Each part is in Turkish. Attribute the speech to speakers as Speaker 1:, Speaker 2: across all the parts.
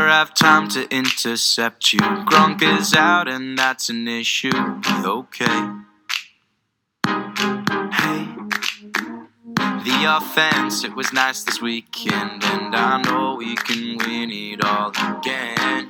Speaker 1: never have time to intercept you. Grunk is out and that's an issue. Okay. Hey, the offense, it was nice this weekend, and I know we can win it all again.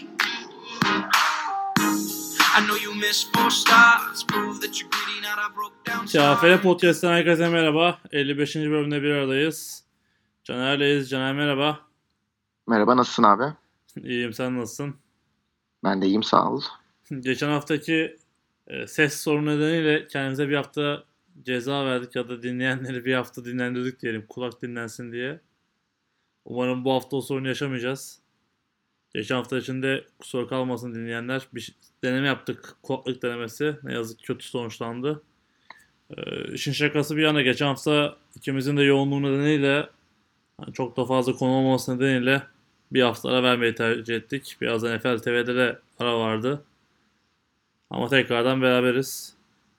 Speaker 1: I know you miss 4 stars, prove that you're greedy, now I broke down.
Speaker 2: TFL Podcast'tan herkese merhaba. 55. bölümde bir aradayız. Caner'leyiz. Caner merhaba.
Speaker 3: Merhaba, nasılsın abi?
Speaker 2: İyiyim, sen nasılsın?
Speaker 3: Ben de iyiyim, sağ ol.
Speaker 2: Geçen haftaki ses sorunu nedeniyle kendimize bir hafta ceza verdik ya da dinleyenleri bir hafta dinlendirdik diyelim. Kulak dinlensin diye. Umarım bu hafta o sorunu yaşamayacağız. Geçen hafta içinde kusura kalmasın dinleyenler. Bir deneme yaptık. Kulaklık denemesi. Ne yazık ki kötü sonuçlandı. İşin şakası bir yana geçen hafta ikimizin de yoğunluğu nedeniyle çok da fazla konu olmaması nedeniyle bir hafta ara vermeyi tercih ettik. Biraz NFL TV'de de ara vardı. Ama tekrardan beraberiz.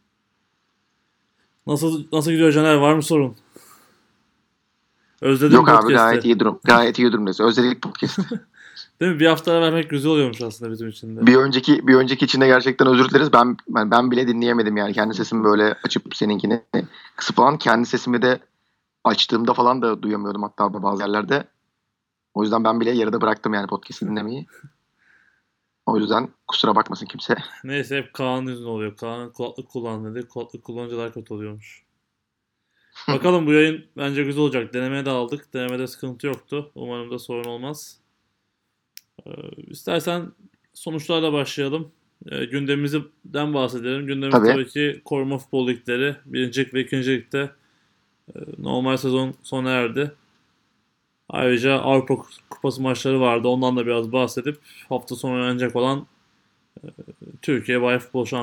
Speaker 2: Nasıl gidiyor Caner? Var mı sorun? Özledim
Speaker 3: Yok
Speaker 2: podcast'ı.
Speaker 3: abi, gayet iyi durumdayız. Özledik podcast'ı.
Speaker 2: Değil mi? Bir hafta ara vermek güzel oluyormuş aslında bizim için de.
Speaker 3: Bir önceki için de gerçekten özür dileriz. Ben bile dinleyemedim yani. Kendi sesimi böyle açıp seninkini kısıp falan. Kendi sesimi de açtığımda falan da duyamıyordum hatta bazı yerlerde. O yüzden ben bile yarıda bıraktım yani podcast'ı dinlemeyi. O yüzden kusura bakmasın kimse.
Speaker 2: Neyse hep Kaan'ın yüzünden oluyor. Kaan kulaklık kullan dedi. Kulaklık kullanınca daha kötü oluyormuş. Bakalım bu yayın bence güzel olacak. Denemeye de aldık. Denemede sıkıntı yoktu. Umarım da sorun olmaz. İstersen sonuçlarla başlayalım. Gündemimizden bahsedelim. Gündemimiz tabii ki koruma futbol ligleri. 1. lig ve 2. ligde normal sezon sona erdi. Ayrıca Avrupa Kupası maçları vardı. Ondan da biraz bahsedip hafta sonu oynanacak olan Türkiye Bayan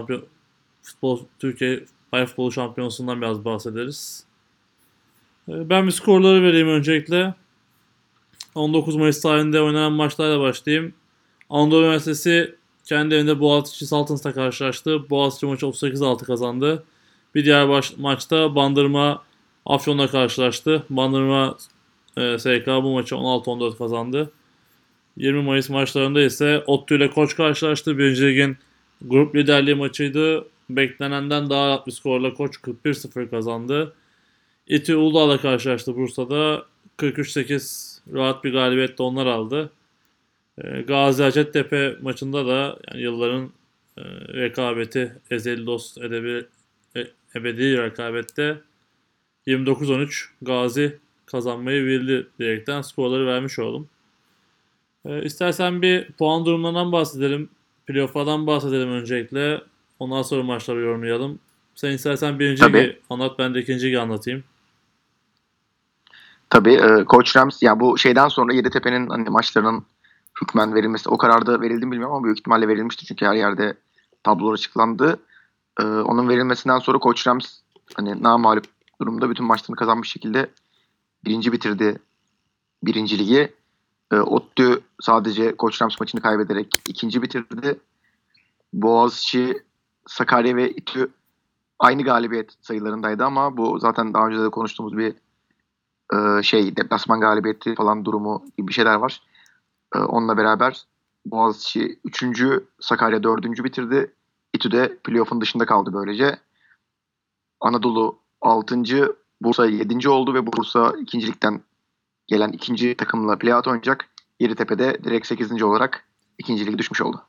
Speaker 2: Futbolu Şampiyonası'ndan biraz bahsederiz. Ben bir skorları vereyim öncelikle. 19 Mayıs tarihinde oynanan maçlarla başlayayım. Anadolu Üniversitesi kendi evinde Boğaziçi Saltanat'la karşılaştı. Boğaziçi maçı 38-6 kazandı. Bir diğer maçta Bandırma Afyon'la karşılaştı. Bandırma SK bu maçı 16-14 kazandı. 20 Mayıs maçlarında ise ODTÜ ile Koç karşılaştı. 1. Lig'in grup liderliği maçıydı. Beklenenden daha rahat bir skorla Koç 41-0 kazandı. İTÜ Uludağ'la karşılaştı Bursa'da. 43-8 rahat bir galibiyetle onlar aldı. Gazi Hacettepe maçında da yani yılların rekabeti, ezeli dost ebedi rekabette 29-13 Gazi kazanmayı bildi diyerekten skorları vermiş oldum. İstersen bir puan durumlarından bahsedelim. Playoff'lardan bahsedelim öncelikle. Ondan sonra maçları yorumlayalım. Sen istersen 1. ligi anlat, ben de 2. ligi anlatayım.
Speaker 3: Tabii Koç Rams ya bu şeyden sonra Yeditepe'nin hani maçlarının hükmen verilmesi o kararda verildi mi bilmiyorum ama büyük ihtimalle verilmişti çünkü her yerde tablolar açıklandı. Onun verilmesinden sonra Koç Rams hani namağlup durumda bütün maçlarını kazanmış şekilde birinci bitirdi 1. ligi. ODTÜ sadece Koç Rams maçını kaybederek 2. bitirdi. Boğaziçi, Sakarya ve İTÜ aynı galibiyet sayılarındaydı ama bu zaten daha önce de konuştuğumuz bir deplasman galibiyeti falan durumu gibi bir şeyler var. Onunla beraber Boğaziçi 3. Sakarya 4. bitirdi. İTÜ de playoff'un dışında kaldı böylece. Anadolu 6. Bursa 7. oldu ve Bursa 2. ligden gelen 2. takımla playout oynayacak. Yeditepe'de direkt 8. olarak 2. lige düşmüş oldu.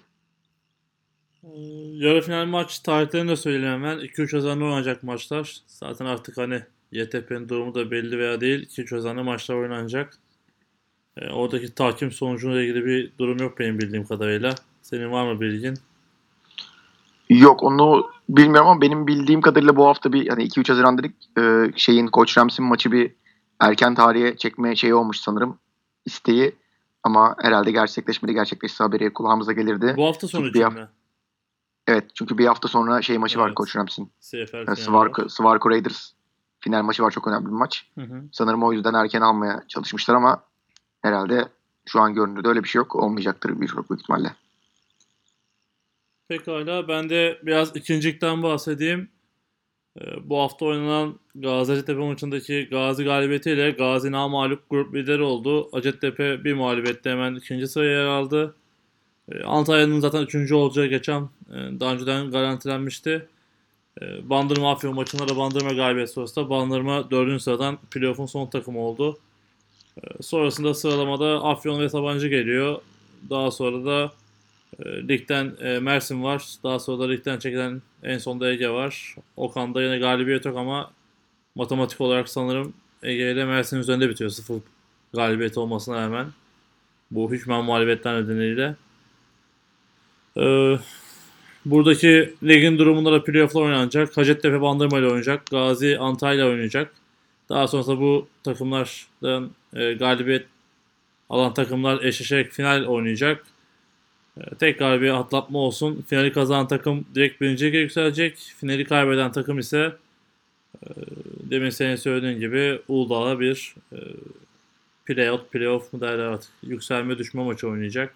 Speaker 2: Yarı final maç tarihlerini de söyleyeyim hemen. 2-3 Haziran'da oynanacak maçlar. Zaten artık hani YTP'nin durumu da belli veya değil. 2-3 Haziran'da maçlar oynanacak. Oradaki tahkim sonucuyla ilgili bir durum yok benim bildiğim kadarıyla. Senin var mı bilgin?
Speaker 3: Yok, onu bilmiyorum ama benim bildiğim kadarıyla bu hafta bir hani 2-3 Haziran dedik. Koç Rams'in maçı bir erken tarihe çekme şeyi olmuş sanırım. İsteği. Ama herhalde gerçekleşse haberi kulağımıza gelirdi.
Speaker 2: Bu hafta sonu için mi?
Speaker 3: Evet, çünkü bir hafta sonra maçı var Koç Rams'in. Swarco Raiders final maçı var, çok önemli bir maç.
Speaker 2: Hı.
Speaker 3: Sanırım o yüzden erken almaya çalışmışlar ama herhalde şu an görünürde öyle bir şey yok. Olmayacaktır büyük ihtimalle.
Speaker 2: Pekala, ben de biraz 2. ligden bahsedeyim. Bu hafta oynanan Gazi Hacettepe maçındaki Gazi galibiyetiyle Gazi namağlup grup lideri oldu. Hacettepe bir mağlubiyette hemen ikinci sıraya yer aldı. Antalya'nın zaten üçüncü olacağı geçen daha önceden garantilenmişti. Bandırma Afyon maçında da Bandırma galibiyeti sonrasında Bandırma 4. sıradan playoff'un son takımı oldu. Sonrasında sıralamada Afyon ve Sabancı geliyor. Daha sonra da ligden Mersin var. Daha sonra da ligden çekilen en sonda Ege var. Okan'da yine galibiyet yok ama matematik olarak sanırım Ege ile Mersin üzerinde bitiyor. 0 galibiyet olmasına rağmen. Bu hükmen mağlubiyetler nedeniyle. Buradaki ligin durumunda da playoff'lar oynanacak. Hacettepe Bandırma ile oynayacak. Gazi Antalya oynayacak. Daha sonrasında bu takımlardan galibiyet alan takımlar eşleşerek final oynayacak. Tekrar bir atlatma olsun. Finali kazanan takım direkt birinciye yükselecek. Finali kaybeden takım ise demin senin söylediğin gibi Uludağ'a bir playoff mu derler artık. Yükselme düşme maçı oynayacak.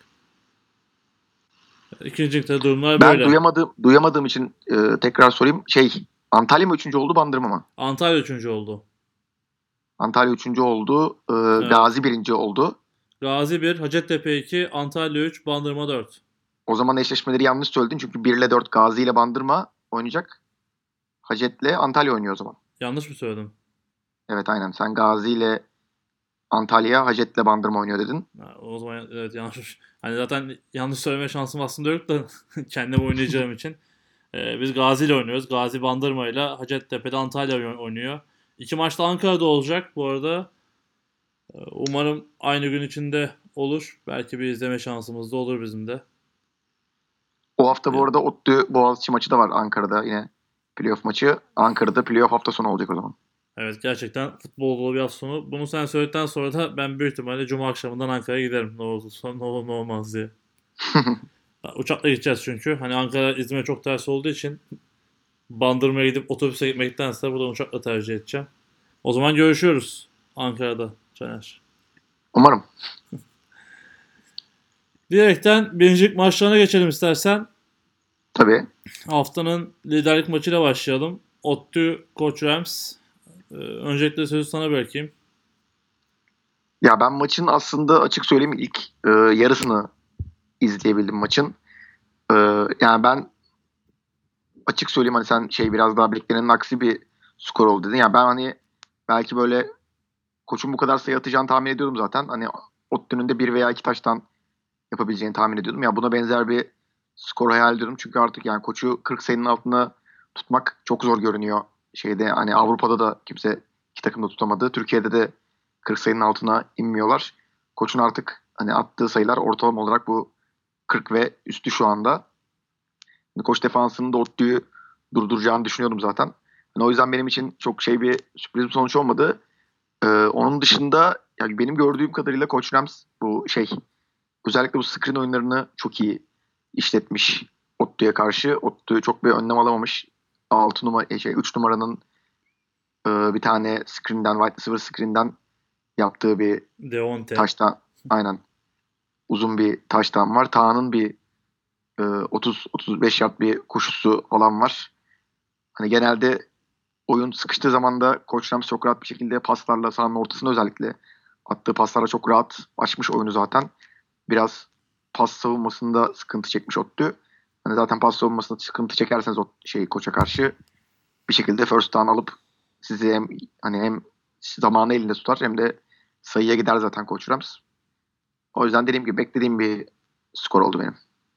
Speaker 2: İkinci ligde durumlar
Speaker 3: Ben
Speaker 2: böyle.
Speaker 3: duyamadığım için tekrar sorayım. Antalya mı 3. oldu, Bandırma mı?
Speaker 2: Antalya 3. oldu.
Speaker 3: Antalya 3. oldu.
Speaker 2: Evet.
Speaker 3: Gazi 1. oldu.
Speaker 2: Gazi 1, Hacettepe 2, Antalya 3, Bandırma 4.
Speaker 3: O zaman eşleşmeleri yanlış söyledin. Çünkü 1 ile 4 Gazi ile Bandırma oynayacak. Hacet'le Antalya oynuyor o zaman.
Speaker 2: Yanlış mı söyledim?
Speaker 3: Evet aynen. Sen Gazi ile Antalya, Hacet'le Bandırma oynuyor dedin.
Speaker 2: O zaman evet yanlış. Hani zaten yanlış söyleme şansım aslında yok da kendim oynayacağım için. Biz Gazi ile oynuyoruz. Gazi Bandırma ile Hacettepe'de Antalya oynuyor. 2 maç da Ankara'da olacak bu arada. Umarım aynı gün içinde olur. Belki bir izleme şansımız da olur bizim de.
Speaker 3: O hafta bu arada ODTÜ Boğaziçi maçı da var Ankara'da yine. Playoff maçı. Ankara'da playoff hafta sonu olacak o zaman.
Speaker 2: Evet gerçekten futbol dolu bir hafta sonu. Bunu sen söyledikten sonra da ben büyük ihtimalle Cuma akşamından Ankara'ya giderim. Ne olursa ne olur ne olmaz diye. Uçakla gideceğiz çünkü. Hani Ankara İzmir'e çok ters olduğu için Bandırma'ya gidip otobüse gitmektense buradan uçakla tercih edeceğim. O zaman görüşüyoruz Ankara'da Caner.
Speaker 3: Umarım.
Speaker 2: Diyerekten birincilik maçlarına geçelim istersen.
Speaker 3: Tabii.
Speaker 2: Haftanın liderlik maçıyla başlayalım. ODTÜ Koç Rams. Öncelikle sözü sana bırakayım.
Speaker 3: Ya ben maçın aslında açık söyleyeyim ilk yarısını izleyebildim maçın. Yani ben açık söyleyeyim hani sen biraz daha beklenenin aksi bir skor oldu dedin. Yani ben hani belki böyle Koç'un bu kadar sayı atacağını tahmin ediyordum zaten. Hani ODTÜ'nün de 1 veya 2 taştan yapabileceğini tahmin ediyordum. Ya buna benzer bir skor hayal ediyordum. Çünkü artık yani Koç'u 40 sayının altında tutmak çok zor görünüyor. Hani Avrupa'da da kimse iki takım da tutamadı. Türkiye'de de 40 sayının altına inmiyorlar. Koç'un artık hani attığı sayılar ortalama olarak bu 40 ve üstü şu anda. Koç defansının da ODTÜ'yü durduracağını düşünüyordum zaten. Yani o yüzden benim için çok bir sürpriz bir sonuç olmadı. Onun dışında yani benim gördüğüm kadarıyla Koç Rams bu özellikle bu screen oyunlarını çok iyi işletmiş ODTÜ'ye karşı. ODTÜ çok bir önlem alamamış. 3 numaranın bir tane screen'den, white receiver screen'den yaptığı bir
Speaker 2: Deonte.
Speaker 3: taştan, aynen uzun bir taştan var. Taha'nın bir 30-35 yard bir koşusu falan var. Hani genelde oyun sıkıştığı zaman da Koç Rams çok rahat bir şekilde paslarla sahanın ortasında özellikle attığı paslarla çok rahat açmış oyunu zaten. Biraz pas savunmasında sıkıntı çekmiş ODTÜ. Hani zaten pas savunmasında sıkıntı çekerseniz Koç'a karşı bir şekilde first down alıp sizi hem zamanı elinde tutar hem de sayıya gider zaten Koç Rams. O yüzden dediğim gibi beklediğim bir skor oldu benim.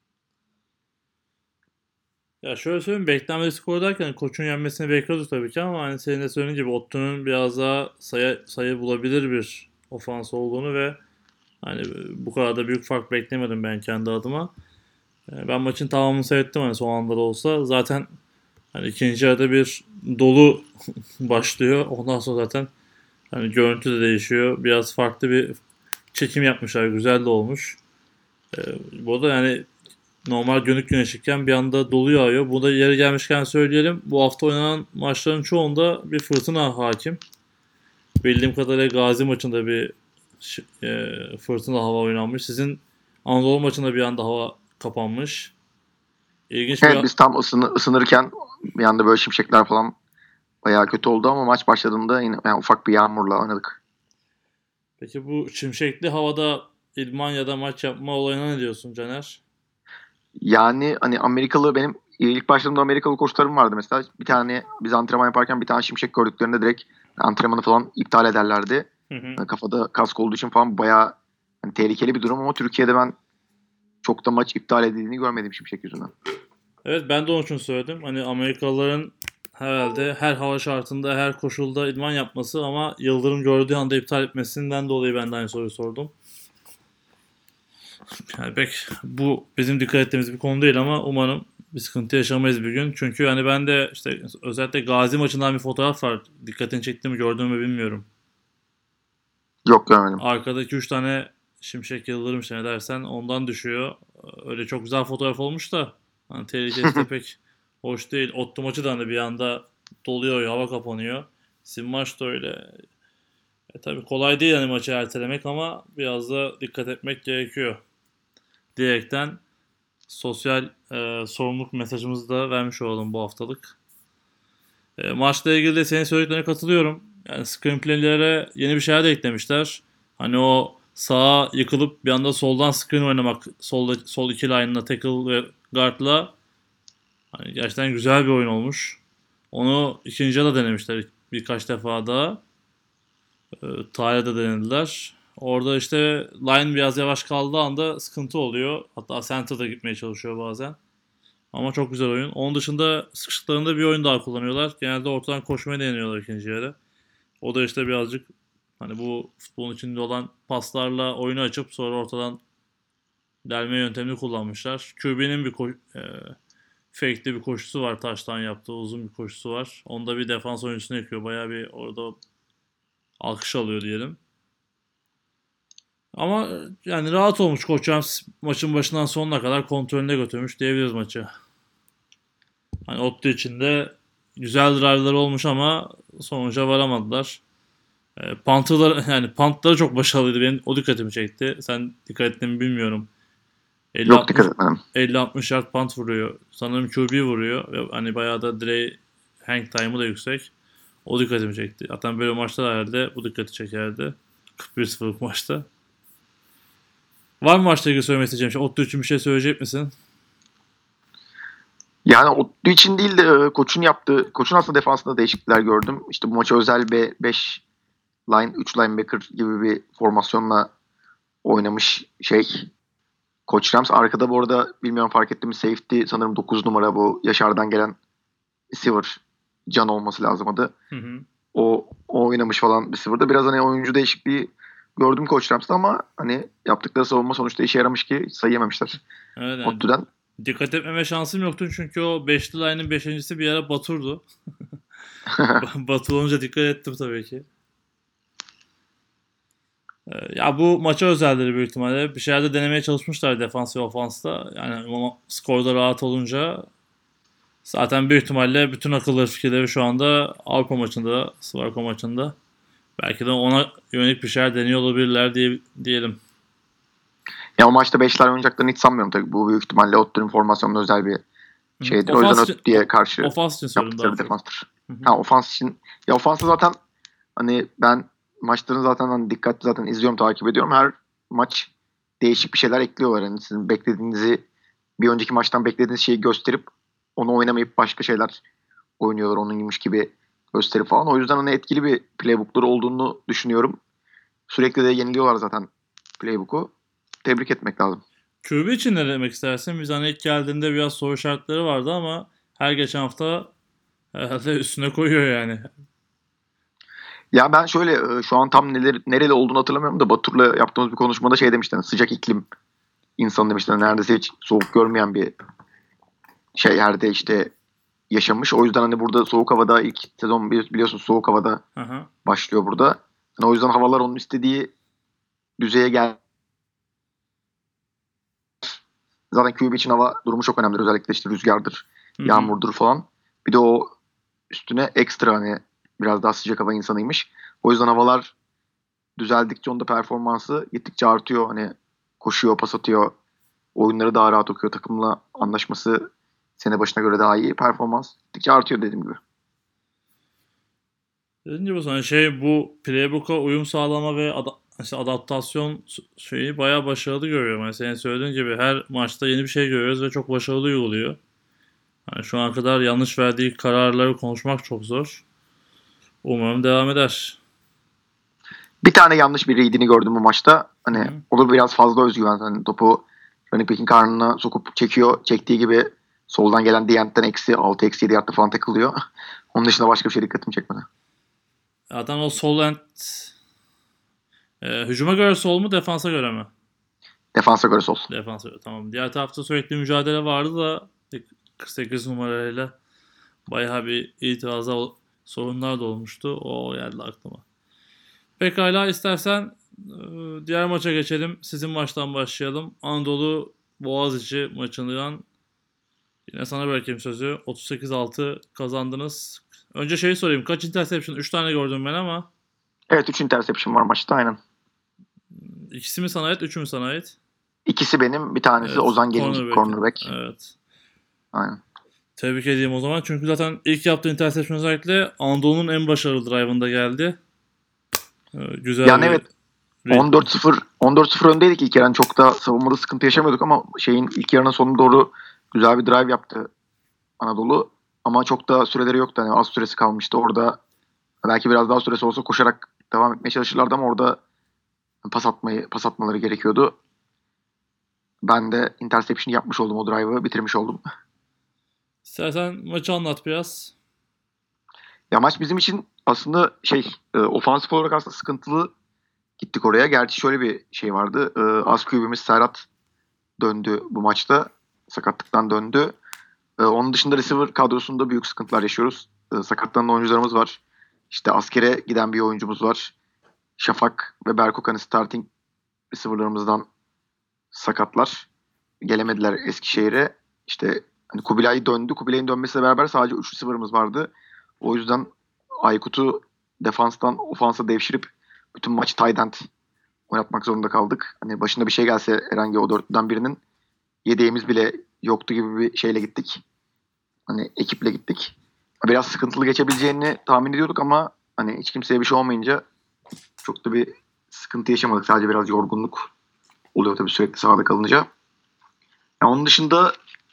Speaker 2: Ya şöyle söyleyeyim, beklenmedik skor derken Koç'un yenmesini bekliyorduk tabii ki ama hani senin de söylediğin gibi ODTÜ'nün biraz daha sayı bulabilir bir ofans olduğunu ve hani bu kadar da büyük fark beklemedim ben kendi adıma. Ben maçın tamamını seyrettim hani son anda da olsa. Zaten hani ikinci yarıda bir dolu başlıyor. Ondan sonra zaten hani görüntü de değişiyor. Biraz farklı bir çekim yapmışlar. Güzel de olmuş. Bu da yani normal günlük güneşikken bir anda dolu yağıyor. Bu da yeri gelmişken söyleyelim. Bu hafta oynanan maçların çoğunda bir fırtına hakim. Bildiğim kadarıyla Gazi maçında bir fırtına hava oynanmış. Sizin Anadolu maçında bir anda hava kapanmış. İlginç
Speaker 3: Evet biz tam ısınırken bir anda böyle şimşekler falan bayağı kötü oldu ama maç başladığında yine yani ufak bir yağmurla oynadık.
Speaker 2: Peki bu şimşekli havada idman ya da maç yapma olayına ne diyorsun Caner?
Speaker 3: Yani hani Amerikalı benim ilk başladığımda Amerikalı koçlarım vardı mesela. Bir tane biz antrenman yaparken bir tane şimşek gördüklerinde direkt antrenmanı falan iptal ederlerdi.
Speaker 2: Hı hı.
Speaker 3: Hani kafada kask olduğu için falan bayağı hani tehlikeli bir durum ama Türkiye'de ben çok da maç iptal edildiğini görmedim şimşek yüzünden.
Speaker 2: Evet, ben de onun için söyledim. Hani Amerikalıların herhalde her hava şartında, her koşulda idman yapması ama yıldırım gördüğü anda iptal etmesinden dolayı ben de aynı soruyu sordum. Yani pek bu bizim dikkat ettiğimiz bir konu değil ama umarım bir sıkıntı yaşamayız bir gün. Çünkü hani ben de işte özellikle Gazi maçından bir fotoğraf var. Dikkatini çekti mi gördün mü bilmiyorum.
Speaker 3: Yok görmedim.
Speaker 2: Arkada 2-3 tane şimşek yıldırım işte ne dersen ondan düşüyor. Öyle çok güzel fotoğraf olmuş da hani tehlikesi de pek hoş değil. Ottu maçı da hani bir anda doluyor, hava kapanıyor. Sim maç da öyle. Tabii kolay değil hani maçı ertelemek ama biraz da dikkat etmek gerekiyor. Diyerekten sosyal sorumluluk mesajımızı da vermiş olalım bu haftalık. Maçla ilgili de senin söylediklerine katılıyorum. Yani screenplay'lere yeni bir şeyler de eklemişler. Hani o sağa yıkılıp bir anda soldan screen oynamak, sol iki line'la tackle ve guard'la hani gerçekten güzel bir oyun olmuş. Onu ikinci de denemişler birkaç defa daha. Taha'ya denediler. Orada işte line biraz yavaş kaldığı anda sıkıntı oluyor. Hatta center'da gitmeye çalışıyor bazen. Ama çok güzel oyun. Onun dışında sıkıştıklarında bir oyun daha kullanıyorlar. Genelde ortadan koşmayı deniyorlar ikinci yarı. O da işte birazcık hani bu futbolun içinde olan paslarla oyunu açıp sonra ortadan delme yöntemini kullanmışlar. QB'nin bir fake'li bir koşusu var. Taştan yaptığı uzun bir koşusu var. Onda bir defans oyuncusunu yakıyor. Bayağı bir orada alkış alıyor diyelim. Ama yani rahat olmuş Koç Rams maçın başından sonuna kadar kontrolüne götürmüş diyebiliriz maçı. Hani Ottu için de güzel drive'ları olmuş ama sonuca varamadılar. Yani puntları çok başarılıydı. Benim o dikkatimi çekti. Sen dikkat ettin mi bilmiyorum.
Speaker 3: Yok
Speaker 2: 50-60
Speaker 3: dikkat etmedim.
Speaker 2: 50-60 yard punt vuruyor. Sanırım QB vuruyor. Ve hani bayağı da hang time'ı da yüksek. O dikkatimi çekti. Zaten böyle maçlar herhalde bu dikkati çekerdi. 41-0'lık maçta. Var mı maçla ilgili söylemek isteyeceğim şey? Ottu için bir şey söyleyecek misin?
Speaker 3: Yani Ottu için değil de koçun aslında defansında değişiklikler gördüm. İşte bu maça özel bir 5 line, 3 linebacker gibi bir formasyonla oynamış Koç Rams. Arkada bu arada bilmiyorum fark ettim mi safety sanırım 9 numara bu Yaşar'dan gelen receiver Can olması lazım adı.
Speaker 2: Hı hı.
Speaker 3: O oynamış falan receiver'da. Biraz hani oyuncu değişikliği gördüm Koç Rams'ta ama hani yaptıkları savunma sonuçta işe yaramış ki hiç sayı yememişler.
Speaker 2: Evet, yani
Speaker 3: Ottu'dan.
Speaker 2: dikkat etmeme şansım yoktu çünkü o 5'li line'ın 5.'si bir ara Batur'du. Batur olunca dikkat ettim tabii ki. Ya bu maça özelleri büyük ihtimalle. Bir şeyler de denemeye çalışmışlar defans ve ofansta. Yani ama skorda rahat olunca zaten büyük ihtimalle bütün akılları fikirleri şu anda Avrupa maçında, Sparko maçında. Belki de ona yönelik bir şeyler deniyor olabilirler diyelim.
Speaker 3: Ya o maçta 5'ler oynayacaklarını hiç sanmıyorum tabii. Bu büyük ihtimalle Ottu'nun formasyonunda özel bir şeydir. O yüzden Ottu'ya karşı
Speaker 2: ofans için söyledim daha
Speaker 3: yaptıkları
Speaker 2: çok.
Speaker 3: defanstır. Ha, ofans için. Ya ofansı zaten hani ben maçların zaten hani dikkatli zaten izliyorum, takip ediyorum. Her maç değişik bir şeyler ekliyorlar. Yani sizin bir önceki maçtan beklediğiniz şeyi gösterip onu oynamayıp başka şeyler oynuyorlar. Onunmuş gibi gösterip falan. O yüzden hani etkili bir playbookları olduğunu düşünüyorum. Sürekli de yeniliyorlar zaten playbook'u. Tebrik etmek lazım.
Speaker 2: QB için ne demek istersin? Biz hani ilk geldiğinde biraz soru işaretleri vardı ama her geçen hafta herhalde üstüne koyuyor yani.
Speaker 3: Ya ben şöyle şu an tam nereli olduğunu hatırlamıyorum da Batur'la yaptığımız bir konuşmada şey demişler. Sıcak iklim insanı demişler. Neredeyse hiç soğuk görmeyen bir yerde işte yaşamış. O yüzden hani burada soğuk havada ilk sezon biliyorsun soğuk havada
Speaker 2: Aha.
Speaker 3: başlıyor burada. Yani o yüzden havalar onun istediği düzeye gel. Zaten QB için hava durumu çok önemli. Özellikle işte rüzgardır,
Speaker 2: Hı-hı.
Speaker 3: yağmurdur falan. Bir de o üstüne ekstra hani biraz daha sıcak hava insanıymış. O yüzden havalar düzeldikçe onda performansı gittikçe artıyor. Hani koşuyor, pas atıyor. Oyunları daha rahat okuyor. Takımla anlaşması sene başına göre daha iyi. Performans gittikçe artıyor dediğim gibi.
Speaker 2: Dediğim gibi sana bu playbook'a uyum sağlama ve işte adaptasyon şeyi bayağı başarılı görüyorum. Yani senin söylediğin gibi her maçta yeni bir şey görüyoruz ve çok başarılı uyguluyor. Yani şu ana kadar yanlış verdiği kararları konuşmak çok zor. Umarım devam eder.
Speaker 3: Bir tane yanlış bir read'ini gördüm bu maçta. Hani
Speaker 2: Hı.
Speaker 3: o da biraz fazla özgüven. Hani topu running back'in karnına sokup çekiyor. Çektiği gibi soldan gelen Dient'ten -6 -7 yardta falan takılıyor. Onun dışında başka bir şey dikkatimi çekmedi.
Speaker 2: Zaten o sol end hücuma göre sol mu defansa göre mi?
Speaker 3: Defansa göre sol.
Speaker 2: Defansa göre, tamam. Diğer tarafta sürekli mücadele vardı da 48 numarayla bayağı bir sorunlar da olmuştu. O geldi aklıma. Pekala, istersen diğer maça geçelim. Sizin maçtan başlayalım. Anadolu Boğaziçi maçından yine sana bırakayım sözü. 38-6 kazandınız. Önce sorayım. Kaç interception? 3 tane gördüm ben ama.
Speaker 3: Evet 3 interception var maçta aynen.
Speaker 2: İkisi mi sana ait, 3'ü mü sana ait?
Speaker 3: İkisi benim, bir tanesi
Speaker 2: Evet,
Speaker 3: Ozan Gelincik cornerback.
Speaker 2: Evet.
Speaker 3: Aynen.
Speaker 2: Tebrik edeyim o zaman. Çünkü zaten ilk yaptığı interception özellikle Anadolu'nun en başarılı drive'ında geldi. Güzel
Speaker 3: Yani
Speaker 2: bir
Speaker 3: evet
Speaker 2: read.
Speaker 3: 14-0 öndeydik ilk yarın. Çok da savunmada sıkıntı yaşamıyorduk ama ilk yarının sonuna doğru güzel bir drive yaptı Anadolu. Ama çok da süreleri yoktu. Yani az süresi kalmıştı. Orada belki biraz daha süresi olsa koşarak devam etmeye çalışırlardı ama orada pas atmaları gerekiyordu. Ben de interception yapmış oldum, o drive'ı bitirmiş oldum.
Speaker 2: İstersen maçı anlat biraz.
Speaker 3: Ya maç bizim için aslında ofansif olarak aslında sıkıntılı gittik oraya. Gerçi şöyle bir şey vardı. Az QB'miz Serhat döndü bu maçta. Sakatlıktan döndü. Onun dışında receiver kadrosunda büyük sıkıntılar yaşıyoruz. Sakatlanan oyuncularımız var. İşte askere giden bir oyuncumuz var. Şafak ve Berkok hani starting receiver'larımızdan sakatlar. Gelemediler Eskişehir'e. İşte hani Kubilay döndü. Kubilay'ın dönmesiyle beraber sadece 3 receiver'ımız vardı. O yüzden Aykut'u defanstan ofansa devşirip bütün maç tight end oynatmak zorunda kaldık. Hani başında bir şey gelse herhangi o dörtlüden birinin yedeğimiz bile yoktu gibi bir şeyle gittik. Hani ekiple gittik. Biraz sıkıntılı geçebileceğini tahmin ediyorduk ama hani hiç kimseye bir şey olmayınca çok da bir sıkıntı yaşamadık. Sadece biraz yorgunluk oluyor tabii sürekli sahada kalınca. Yani onun dışında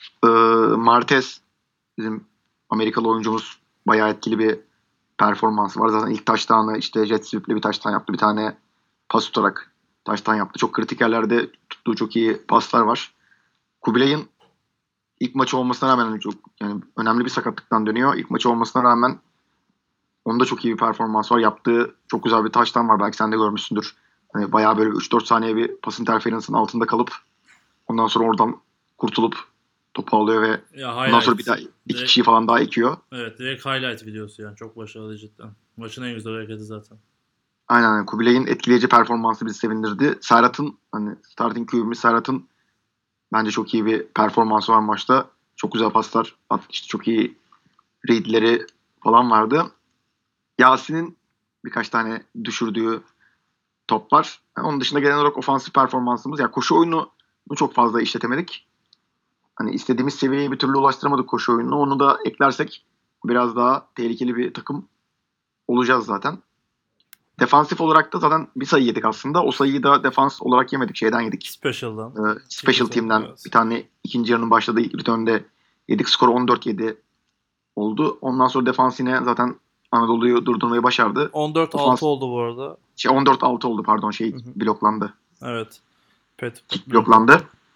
Speaker 3: Martez bizim Amerikalı oyuncumuz bayağı etkili bir performansı var. Zaten ilk touchdown'ı işte jet sweep'le bir touchdown yaptı. Bir tane pas tutarak touchdown yaptı. Çok kritik yerlerde tuttuğu çok iyi paslar var. Kubilay'ın ilk maçı olmasına rağmen çok önemli bir sakatlıktan dönüyor. İlk maçı olmasına rağmen onda çok iyi bir performans var. Yaptığı çok güzel bir touchdown var. Belki sen de görmüşsündür. Hani bayağı böyle 3-4 saniye bir pas interference'ın altında kalıp ondan sonra oradan kurtulup topu alıyor ve ondan sonra bir daha iki kişiyi falan daha ekiyor.
Speaker 2: Evet, direkt highlight videosu yani. Çok başarılı cidden. Maçın en güzel hareketi zaten.
Speaker 3: Aynen. Kubilay'ın etkileyici performansı bizi sevindirdi. Serhat'ın hani starting QB'miz Serhat'ın bence çok iyi bir performansı var maçta. Çok güzel paslar attı. İşte çok iyi readleri falan vardı. Yasin'in birkaç tane düşürdüğü top var. Yani onun dışında genel olarak ofansif performansımız. Yani koşu oyunu çok fazla işletemedik. Hani istediğimiz seviyeye bir türlü ulaştıramadık koşu oyununu. Onu da eklersek biraz daha tehlikeli bir takım olacağız zaten. Defansif olarak da zaten bir sayı yedik aslında. O sayıyı da defans olarak yemedik. Şeyden yedik.
Speaker 2: Special'dan.
Speaker 3: Special team'den bir tane ikinci yarının başladığı ilk return'de yedik. Skor 14-7 oldu. Ondan sonra defans yine zaten Anadolu'yu durdurmayı başardı.
Speaker 2: 14-6 oldu bu arada.
Speaker 3: 14-6 oldu pardon. Bloklandı.
Speaker 2: Evet.
Speaker 3: Kick bloklandı.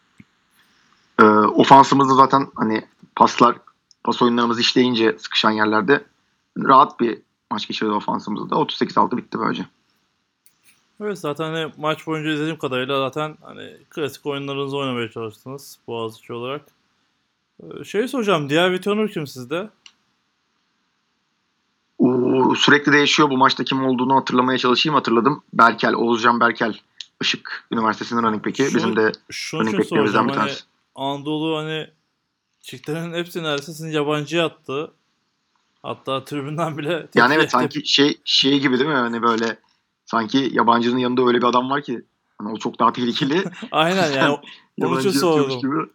Speaker 3: Ofansımızda zaten hani pas oyunlarımız işleyince sıkışan yerlerde rahat bir maç geçirdi ofansımızda. 38-6 bitti böylece.
Speaker 2: Evet, zaten hani maç boyunca izlediğim kadarıyla zaten hani klasik oyunlarınızı oynamaya çalıştınız Boğaziçi olarak. Soracağım, diğer returner kim sizde?
Speaker 3: Sürekli değişiyor. Bu maçta kim olduğunu hatırlamaya çalışayım. Hatırladım. Oğuzcan Berkel. Işık Üniversitesi'nin running back'i. Bizim de running back'lerimizden bir tanesi.
Speaker 2: Anadolu hani çiftlerin hepsi neredeyse sizin yabancıya attı. Hatta tribünden bile
Speaker 3: yani evet sanki şey gibi değil mi? Hani böyle sanki yabancının yanında öyle bir adam var ki hani o çok daha tehlikeli.
Speaker 2: Aynen yani onun için sordum.
Speaker 3: Gibi.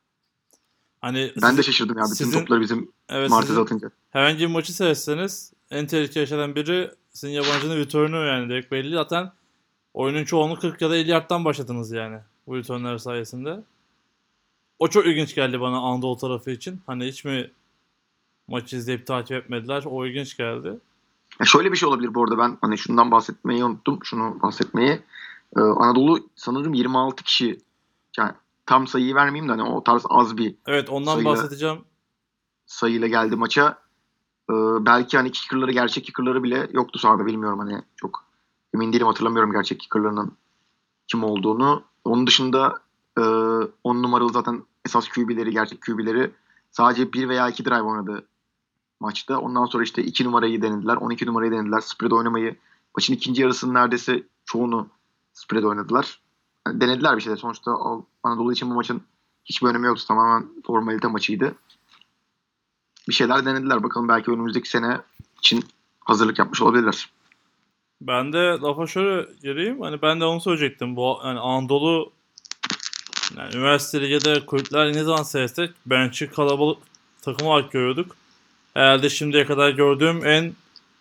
Speaker 2: Hani
Speaker 3: ben de şaşırdım ya bütün topları bizim Martez atınca.
Speaker 2: Herhangi bir maçı seyretseniz en tehlikeli şeylerden biri sizin yabancının return'ü yani direkt belli. Zaten oyunun çoğunu 40 ya da 50 yardtan başladınız yani bu return'ler sayesinde. O çok ilginç geldi bana Anadolu tarafı için. Hani hiç mi maçı izleyip takip etmediler? O ilginç geldi.
Speaker 3: Şöyle bir şey olabilir bu arada, ben hani şundan bahsetmeyi unuttum. Şunu bahsetmeyi. Anadolu sanırım 26 kişi, yani tam sayıyı vermeyeyim de hani o tarz az bir
Speaker 2: Evet, ondan bahsedeceğim.
Speaker 3: sayıyla geldi maça. Belki hani kicker'ları, gerçek kicker'ları bile yoktu sahada, bilmiyorum, hani çok emin değilim, hatırlamıyorum gerçek kicker'larının kim olduğunu. Onun dışında 10 numaralı zaten esas QB'leri, gerçek QB'leri sadece 1 veya 2 drive oynadı maçta. Ondan sonra işte 2 numarayı denediler, 12 numarayı denediler. Spread oynamayı, maçın ikinci yarısının neredeyse çoğunu spread oynadılar. Yani denediler bir şeyler. Sonuçta Anadolu için bu maçın hiçbir önemi yoktu. Tamamen formalite maçıydı. Bir şeyler denediler. Bakalım, belki önümüzdeki sene için hazırlık yapmış olabilirler.
Speaker 2: Ben de lafa şöyle gireyim. Hani ben de onu söyleyecektim. Bu yani Anadolu yani üniversite ligede kulüpler ne zaman seyretsek bench'i kalabalık takım olarak görüyorduk. Herhalde şimdiye kadar gördüğüm en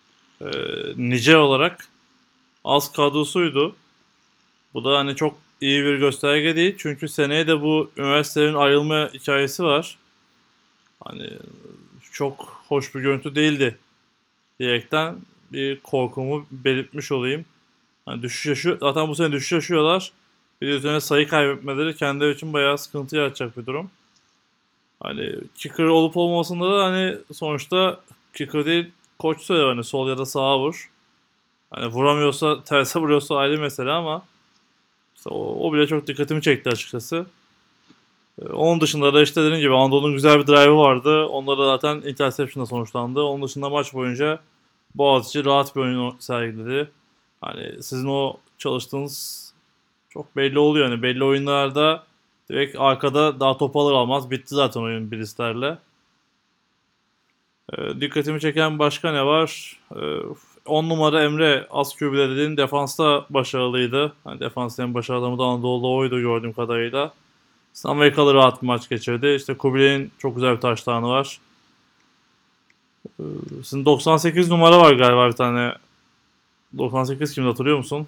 Speaker 2: nice olarak az kadrosuydu. Bu da hani çok iyi bir gösterge değil. Çünkü seneye de bu üniversitelerin ayrılma hikayesi var. Hani çok hoş bir görüntü değildi diyerekten bir korkumu belirtmiş olayım. Hani düşüş yaşıyor. Zaten bu sene düşüş yaşıyorlar. Bir de üzerine sayı kaybetmeleri kendileri için bayağı sıkıntı yaratacak bir durum. Hani kicker olup olmasında da hani sonuçta kicker değil koç söylüyor hani sol ya da sağa vur. Hani vuramıyorsa terse vuruyorsa ayrı mesele ama işte o bile çok dikkatimi çekti açıkçası. Onun dışında da işte dediğim gibi Anadolu'nun güzel bir drive'ı vardı. Onlar da zaten interception'la sonuçlandı. Onun dışında maç boyunca Boğaziçi rahat bir oyun sergiledi. Hani sizin o çalıştığınız çok belli oluyor. Yani belli oyunlarda direkt arkada daha top alır almaz bitti zaten oyun Blistler'le. Dikkatimi çeken başka ne var? 10 numara Emre Askübü'de dediğin defansta başarılıydı. Hani defansta en başarılı adamı da Anadolu'da oydu gördüğüm kadarıyla. İşte Amerikalı rahat bir maç geçirdi. İşte Kubilay'ın çok güzel bir touchdown'ı var. Sizin 98 numara var galiba bir tane. 98 kimdi hatırlıyor musun?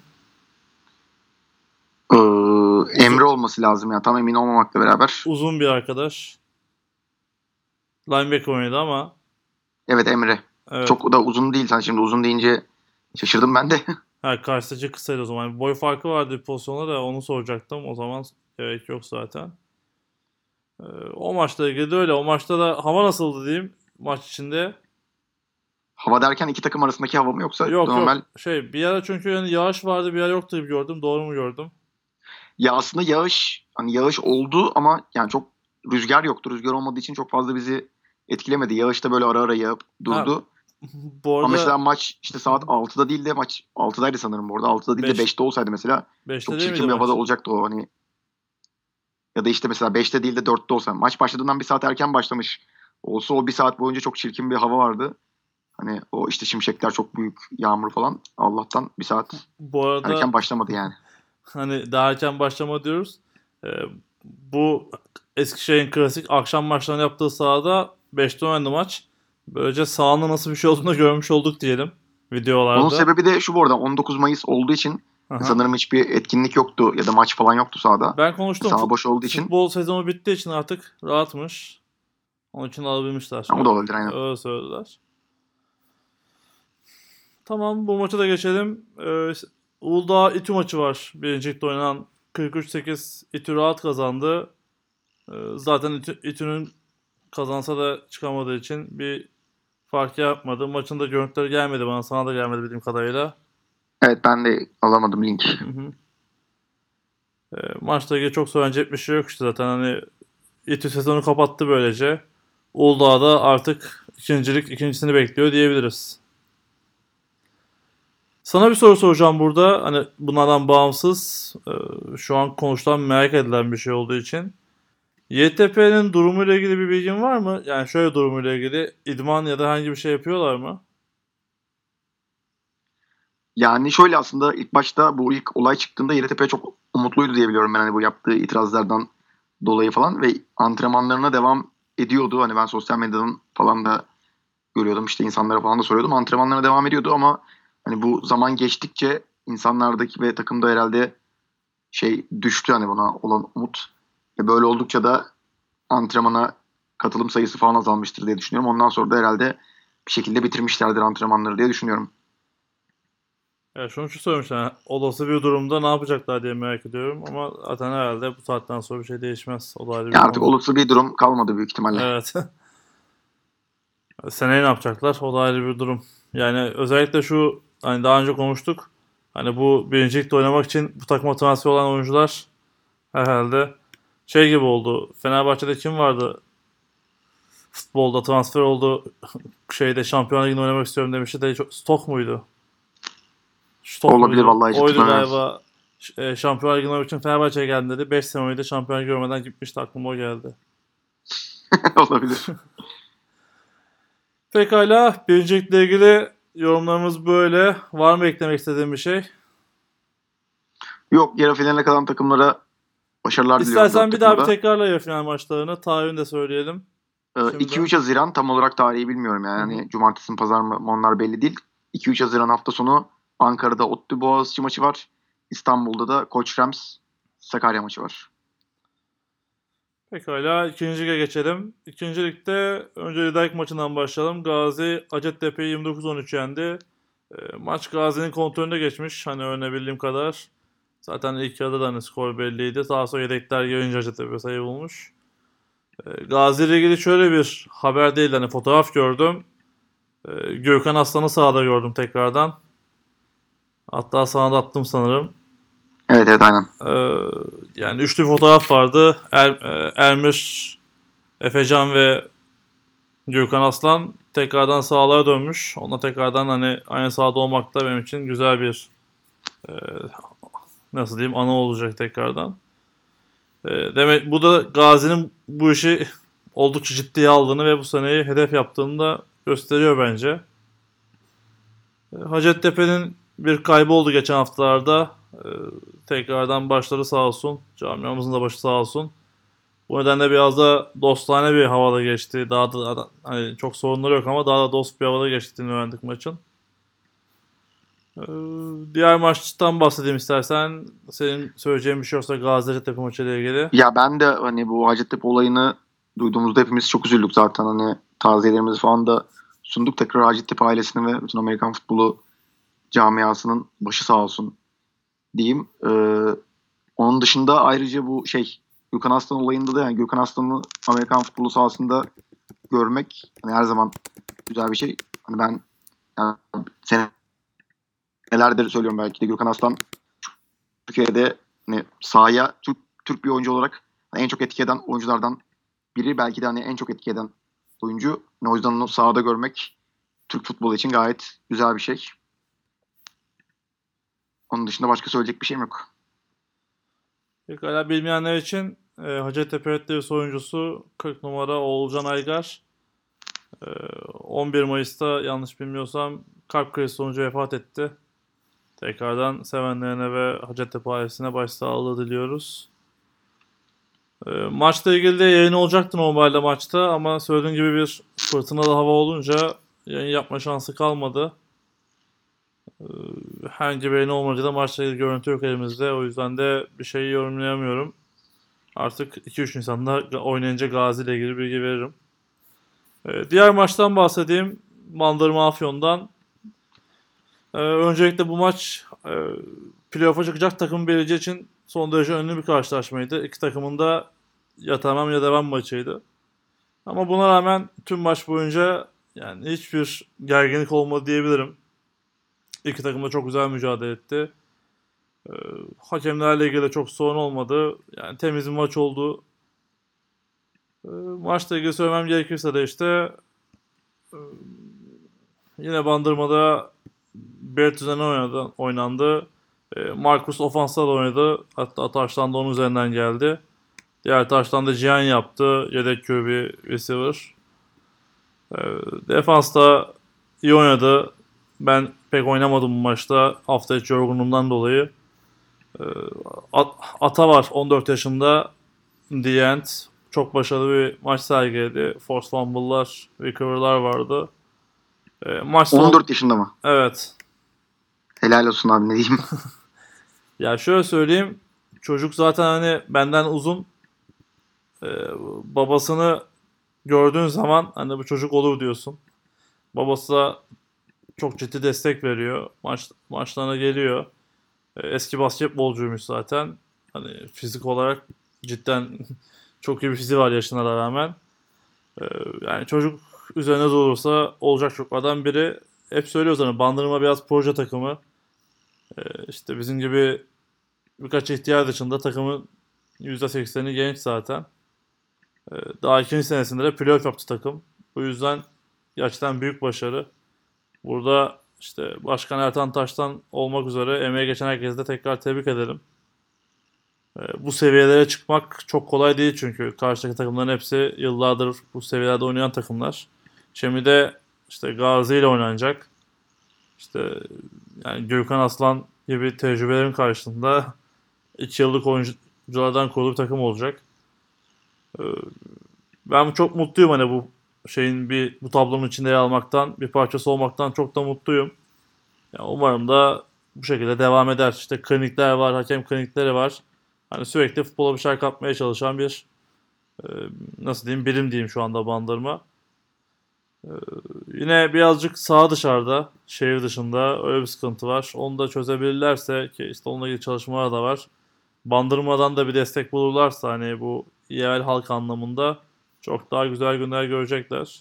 Speaker 3: Emre olması lazım ya, tam emin olmamakla beraber.
Speaker 2: Uzun bir arkadaş. Linebacker oynadı ama.
Speaker 3: Evet, Emre.
Speaker 2: Evet.
Speaker 3: Çok da uzun değil. Sen şimdi uzun deyince şaşırdım ben de.
Speaker 2: Ha, karşıdaki kısaydı o zaman. Boy farkı vardı bir pozisyonda da onu soracaktım. O zaman gerek yok zaten. O maçla ilgili de öyle. O maçta da hava nasıldı diyeyim maç içinde.
Speaker 3: Hava derken iki takım arasındaki hava mı, yoksa
Speaker 2: Yok
Speaker 3: normal?
Speaker 2: yok. Bir ara çünkü yani yağış vardı bir ara yoktu gibi gördüm. Doğru mu gördüm?
Speaker 3: Ya aslında yağış oldu ama yani çok rüzgar yoktu. Rüzgar olmadığı için çok fazla bizi etkilemedi. Yağış da böyle ara ara yağıp
Speaker 2: Ha,
Speaker 3: durdu.
Speaker 2: bu
Speaker 3: Ama mesela
Speaker 2: arada
Speaker 3: maç işte saat 6'da değil de, maç 6'daydı sanırım bu arada. 6'da değil de 5'te olsaydı mesela
Speaker 2: 5'te
Speaker 3: çok
Speaker 2: değil miydi
Speaker 3: çirkin bir havada
Speaker 2: maç?
Speaker 3: olacaktı o hani. Ya da işte mesela 5'te değil de 4'te olsa. Maç başladığından bir saat erken başlamış olsa o bir saat boyunca çok çirkin bir hava vardı. Hani o işte şimşekler çok büyük, yağmur falan. Allah'tan bir saat
Speaker 2: Bu arada
Speaker 3: erken başlamadı yani.
Speaker 2: hani daha erken başlama diyoruz. Ee, bu Eskişehir'in klasik akşam maçlarını yaptığı sahada 5'te oynadı maç. Böylece sahanın nasıl bir şey olduğunu da görmüş olduk diyelim
Speaker 3: Onun
Speaker 2: videolarda.
Speaker 3: sebebi de şu, bu arada 19 Mayıs olduğu için
Speaker 2: Aha.
Speaker 3: sanırım hiçbir etkinlik yoktu ya da maç falan yoktu sahada.
Speaker 2: Ben konuştum.
Speaker 3: Saha boş olduğu için.
Speaker 2: Futbol sezonu bittiği için artık rahatmış. Onun için alabilmişler.
Speaker 3: O da olabilir aynen.
Speaker 2: Öyle söylediler. Tamam bu maça da geçelim. Uludağ İTÜ maçı var. Birinci ligde oynanan 43-8 İTÜ rahat kazandı. Zaten İTÜ'nün kazansa da çıkamadığı için bir fark yapmadı. Maçın da görüntüleri gelmedi bana. Sana da gelmedi bildiğim kadarıyla.
Speaker 3: Evet, ben de alamadım link.
Speaker 2: Hı hı. Maçla ilgili çok söylenecek bir şey yok işte zaten. Hani İTÜ sezonu kapattı böylece. Uludağ da artık ikincisini bekliyor diyebiliriz. Sana bir soru soracağım burada. Hani bunlardan bağımsız şu an konuşulan merak edilen bir şey olduğu için. YTP'nin durumuyla ilgili bir bilgin var mı? Yani şöyle durumuyla ilgili idman ya da herhangi bir şey yapıyorlar mı?
Speaker 3: Yani şöyle, aslında ilk başta bu ilk olay çıktığında Yeditepe çok umutluydu diye biliyorum ben, hani bu yaptığı itirazlardan dolayı falan, ve antrenmanlarına devam ediyordu. Hani ben sosyal medyadan falan da görüyordum. İşte insanlara falan da soruyordum. Antrenmanlarına devam ediyordu ama hani bu zaman geçtikçe insanlardaki ve takımda herhalde düştü hani buna olan umut. Böyle oldukça da antrenmana katılım sayısı falan azalmıştır diye düşünüyorum. Ondan sonra da herhalde bir şekilde bitirmişlerdir antrenmanları diye düşünüyorum.
Speaker 2: Ya şunu şu söylemişler. Yani olası bir durumda ne yapacaklar diye merak ediyorum. Ama zaten herhalde bu saatten sonra bir şey değişmez. O da ayrı bir
Speaker 3: Ya artık
Speaker 2: konu.
Speaker 3: olası bir durum kalmadı büyük ihtimalle.
Speaker 2: Evet. Seneye ne yapacaklar? O da ayrı bir durum. Yani özellikle şu hani daha önce konuştuk. Hani bu birincilikte oynamak için bu takıma transfer olan oyuncular herhalde şey gibi oldu. Fenerbahçe'de kim vardı? Futbolda transfer oldu. Şampiyonlar Ligi'nde oynamak istiyorum demişti de Stok muydu? Stok
Speaker 3: Olabilir
Speaker 2: muydu?
Speaker 3: vallahi hiç
Speaker 2: Oydu
Speaker 3: hatırlamıyorum.
Speaker 2: galiba. Şampiyonlar Ligi'nde oynamak için Fenerbahçe'ye geldi dedi. 5 sene oynadı. Şampiyonlar görmeden gitmişti. Aklıma o geldi.
Speaker 3: Olabilir.
Speaker 2: Pekala. Birincilikle ilgili yorumlarımız böyle. Var mı eklemek istediğim bir şey?
Speaker 3: Yok, yarı finaline kalan takımlara başarılar diliyorum
Speaker 2: İstersen
Speaker 3: dört
Speaker 2: bir daha bir
Speaker 3: takımda.
Speaker 2: tekrarla yarı final maçlarını. Tarihini de söyleyelim. Şimdi.
Speaker 3: 2-3 Haziran tam olarak tarihi bilmiyorum yani.
Speaker 2: Hı hı.
Speaker 3: Hani cumartesi mi pazar mı onlar belli değil. 2-3 Haziran hafta sonu Ankara'da ODTÜ Boğaziçi maçı var. İstanbul'da da Koç Rams Sakarya maçı var.
Speaker 2: Pekala. İkinci lige geçelim. İkinci ligde önce liderlik maçından başlayalım. Gazi Hacettepe'yi 29-13 yendi. Maç Gazi'nin kontrolünde geçmiş. Hani öğrenebildiğim kadar. Zaten ilk yarıda da hani skor belliydi. Daha sonra yedekler gelince Hacettepe sayı bulmuş. Gazi ile ilgili şöyle bir haber değil. Hani fotoğraf gördüm. Gökhan Aslan'ı sahada gördüm tekrardan. Hatta sana da attım sanırım.
Speaker 3: Evet evet aynen.
Speaker 2: Yani üçlü bir fotoğraf vardı. Ermiş, Efecan ve Gökhan Aslan tekrardan sahalara dönmüş. Onunla tekrardan hani aynı sahada olmak da benim için güzel bir e, nasıl diyeyim ana olacak tekrardan. Demek bu da Gazi'nin bu işi oldukça ciddiye aldığını ve bu seneyi hedef yaptığını da gösteriyor bence. Hacettepe'nin bir kaybı oldu geçen haftalarda. Tekrardan başları sağ olsun. Camiamızın da başı sağ olsun. Bu nedenle biraz da dostane bir havada geçti. Daha da hani çok sorunları yok ama daha da dost bir havada geçtiğini öğrendik maçın. Ee, Diğer maçtan bahsedeyim istersen. Senin söyleyeceğin bir şey olsa Gazi Hacettepe maçıyla ilgili.
Speaker 3: Ya ben de hani bu Hacettepe olayını duyduğumuzda hepimiz çok üzüldük zaten. Hani taziyelerimizi falan da sunduk. Tekrar Hacettepe ailesine ve bütün Amerikan futbolu camiasının başı sağ olsun diyeyim. Onun dışında ayrıca bu Gökhan Aslan olayında da yani Gökhan Aslan'ı Amerikan futbolu sahasında görmek hani her zaman güzel bir şey. Hani ben yani senelerdir söylüyorum belki de Gökhan Aslan Türkiye'de hani sahaya Türk bir oyuncu olarak hani en çok etki eden oyunculardan biri. Belki de hani en çok etki eden oyuncu. Yani o yüzden onu sahada görmek Türk futbolu için gayet güzel bir şey. Onun dışında başka söyleyecek bir şeyim yok.
Speaker 2: Pekala bilmeyenler için Hacettepe Red oyuncusu 40 numara Oğulcan Aygar. 11 Mayıs'ta yanlış bilmiyorsam kalp krizi sonucu vefat etti. Tekrardan sevenlerine ve Hacettepe ailesine başsağlığı diliyoruz. Maçla ilgili de yayın olacaktı normalde maçta ama söylediğim gibi bir fırtınalı hava olunca yayın yapma şansı kalmadı. Herhangi bir yayın olmayınca da maçla ilgili görüntü yok elimizde. O yüzden de bir şey yorumlayamıyorum. Artık 2-3 Nisan'da oynayınca Gazi ile ilgili bilgi veririm. Diğer maçtan bahsedeyim. Bandırma Afyon'dan. Öncelikle bu maç playoff'a çıkacak takım belirleyeceği için son derece önemli bir karşılaşmaydı. İki takımın da ya tamam ya devam maçıydı. Ama buna rağmen tüm maç boyunca yani hiçbir gerginlik olmadı diyebilirim. İki takım da çok güzel mücadele etti. Hakemlerle ilgili çok sorun olmadı. Yani temiz bir maç oldu. Maçla ilgili söylemem gerekirse de işte yine Bandırma'da Bert üzerine oynandı. Marcus ofansta da oynadı. Hatta taştan da onun üzerinden geldi. Diğer taştan da Cihan yaptı. Yedek QB receiver. Defansta iyi oynadı. Ben pek oynamadım bu maçta. Hafta içi yorgunluğumdan dolayı. Ata var 14 yaşında. The End. Çok başarılı bir maç sergiledi. Force fumble'lar, recover'lar vardı. Maç son...
Speaker 3: 14 yaşında mı?
Speaker 2: Evet.
Speaker 3: Helal olsun abi, ne diyeyim.
Speaker 2: Ya şöyle söyleyeyim. Çocuk zaten hani benden uzun. Babasını gördüğün zaman hani bu çocuk olur diyorsun. Babası da çok ciddi destek veriyor. Maçlarına geliyor. Eski basketbolcuymuş zaten. Hani fizik olarak cidden çok iyi bir fiziği var yaşına da rağmen. Yani çocuk üzerine durursa olacak çocuklardan biri. Hep söylüyoruz hani Bandırma biraz proje takımı. İşte bizim gibi birkaç ihtiyar dışında takımın %80'i genç zaten. Daha ikinci senesinde de playoff yaptı takım. Bu yüzden gerçekten büyük başarı. Burada işte Başkan Ertan Taş'tan olmak üzere emeğe geçen herkese de tekrar tebrik edelim. Bu seviyelere çıkmak çok kolay değil çünkü karşıdaki takımların hepsi yıllardır bu seviyelerde oynayan takımlar. Şimdi de işte Gazi ile oynanacak. İşte yani Gökhan Aslan gibi tecrübelerin karşısında 2 yıllık oyunculardan kurulu bir takım olacak. Ee, Ben çok mutluyum hani bu tablonun içinde yer almaktan, bir parçası olmaktan çok da mutluyum. Ya umarım da bu şekilde devam eder. İşte klinikler var, hakem klinikleri var. Hani sürekli futbola bir şey katmaya çalışan bir e, nasıl diyeyim birim diyeyim şu anda Bandırma. E, Yine birazcık sağ dışarıda, şehir dışında öyle bir sıkıntı var. Onu da çözebilirlerse ki işte onunla ilgili çalışmalar da var. Bandırmadan da bir destek bulurlarsa hani bu yerel halk anlamında çok daha güzel günler görecekler.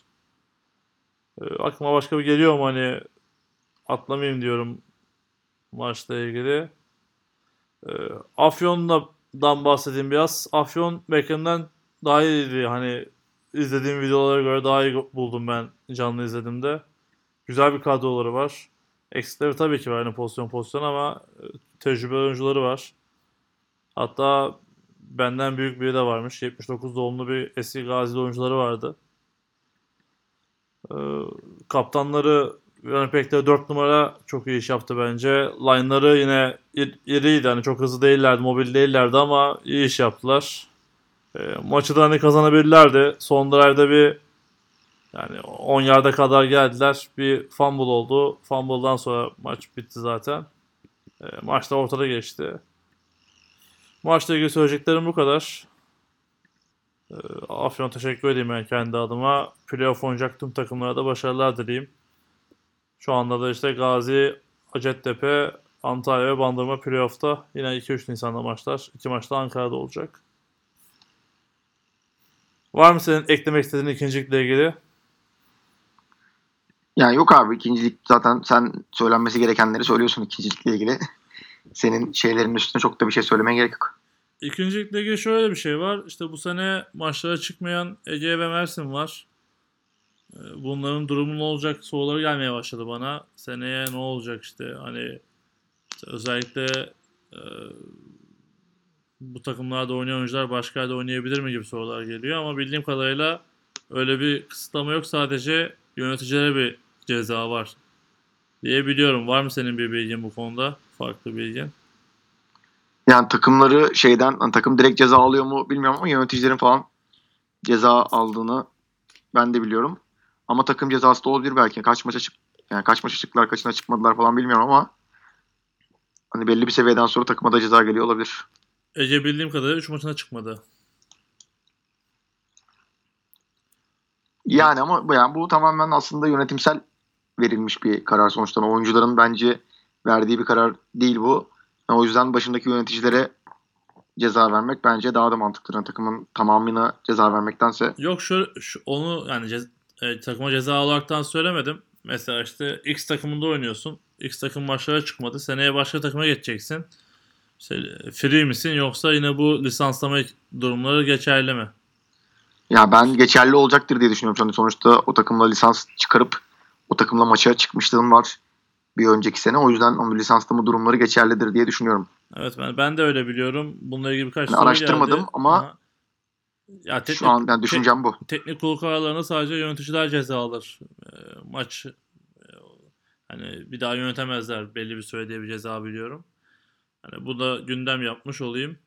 Speaker 2: Aklıma başka bir geliyor mu hani atlamayayım diyorum maçla ilgili. Ee, Afyon'dan bahsedeyim biraz. Afyon Beckham'den daha iyiydi. Hani izlediğim videolara göre daha iyi buldum ben canlı izlediğimde. Güzel bir kadroları var. Eksikleri tabii ki var hani pozisyon ama tecrübeli oyuncuları var. Hatta benden büyük biri de varmış. 79 doğumlu bir eski Gazi'li oyuncuları vardı. Ee, Kaptanları Winnipeg'de 4 numara çok iyi iş yaptı bence. Line'ları yine iriydi. Hani çok hızlı değillerdi, mobil değillerdi ama iyi iş yaptılar. Maçı da hani kazanabilirlerdi. Son drive'da yani 10 yarda kadar geldiler. Bir fumble oldu. Fumble'dan sonra maç bitti zaten. Maç da ortada geçti. Maçla ilgili söyleyeceklerim bu kadar. Afyon teşekkür edeyim ben kendi adıma. Playoff oynayacak tüm takımlara da başarılar dileyim. Şu anda da işte Gazi, Hacettepe, Antalya ve Bandırma playoff'ta. Yine 2-3 Nisan'da maçlar. 2 maç da Ankara'da olacak. Var mı senin eklemek istediğin ikincilikle ilgili?
Speaker 3: Yani yok abi, ikincilik zaten sen söylenmesi gerekenleri söylüyorsun ikincilikle ilgili. Senin şeylerin üstüne çok da bir şey söylemeye gerek yok.
Speaker 2: İkincilikle ilgili şöyle bir şey var. İşte bu sene maçlara çıkmayan Ege ve Mersin var. Bunların durumu ne olacak soruları gelmeye başladı bana. Seneye ne olacak işte hani işte özellikle e, bu takımlarda oynayan oyuncular başka yerde oynayabilir mi gibi sorular geliyor ama bildiğim kadarıyla öyle bir kısıtlama yok. Sadece yöneticilere bir ceza var diye biliyorum. Var mı senin bir bilgin bu konuda? Farklı bilgin.
Speaker 3: Yani takımları şeyden, hani takım direkt ceza alıyor mu bilmiyorum ama yöneticilerin falan ceza aldığını ben de biliyorum. Ama takım cezası da olabilir belki. Kaç maça çıktılar, kaçına çıkmadılar falan bilmiyorum ama hani belli bir seviyeden sonra takıma da ceza geliyor olabilir.
Speaker 2: Ece bildiğim kadarıyla 3 maçına çıkmadı.
Speaker 3: Yani ama bu tamamen aslında yönetimsel verilmiş bir karar sonuçta. Oyuncuların bence verdiği bir karar değil bu. O yüzden başındaki yöneticilere ceza vermek bence daha da mantıklı. Yani takımın tamamına ceza vermektense.
Speaker 2: Yok onu yani takıma ceza olaraktan söylemedim. Mesela işte X takımında oynuyorsun. X takım maçlara çıkmadı. Seneye başka takıma geçeceksin. İşte free misin yoksa yine bu lisanslama durumları geçerli mi?
Speaker 3: Ya ben geçerli olacaktır diye düşünüyorum. Yani sonuçta o takımla lisans çıkarıp o takımla maça çıkmışlığım var bir önceki sene. O yüzden onun lisanslama durumları geçerlidir diye düşünüyorum.
Speaker 2: Evet ben de öyle biliyorum. Bununla ilgili birkaç
Speaker 3: Yani
Speaker 2: soru
Speaker 3: araştırmadım
Speaker 2: geldi.
Speaker 3: ama
Speaker 2: Aha. Ya
Speaker 3: şu an yani düşüncem bu.
Speaker 2: teknik kurul kararlarına sadece yöneticiler ceza alır. Maç hani bir daha yönetemezler belli bir süre diye bir ceza biliyorum. Hani bu da gündem yapmış olayım.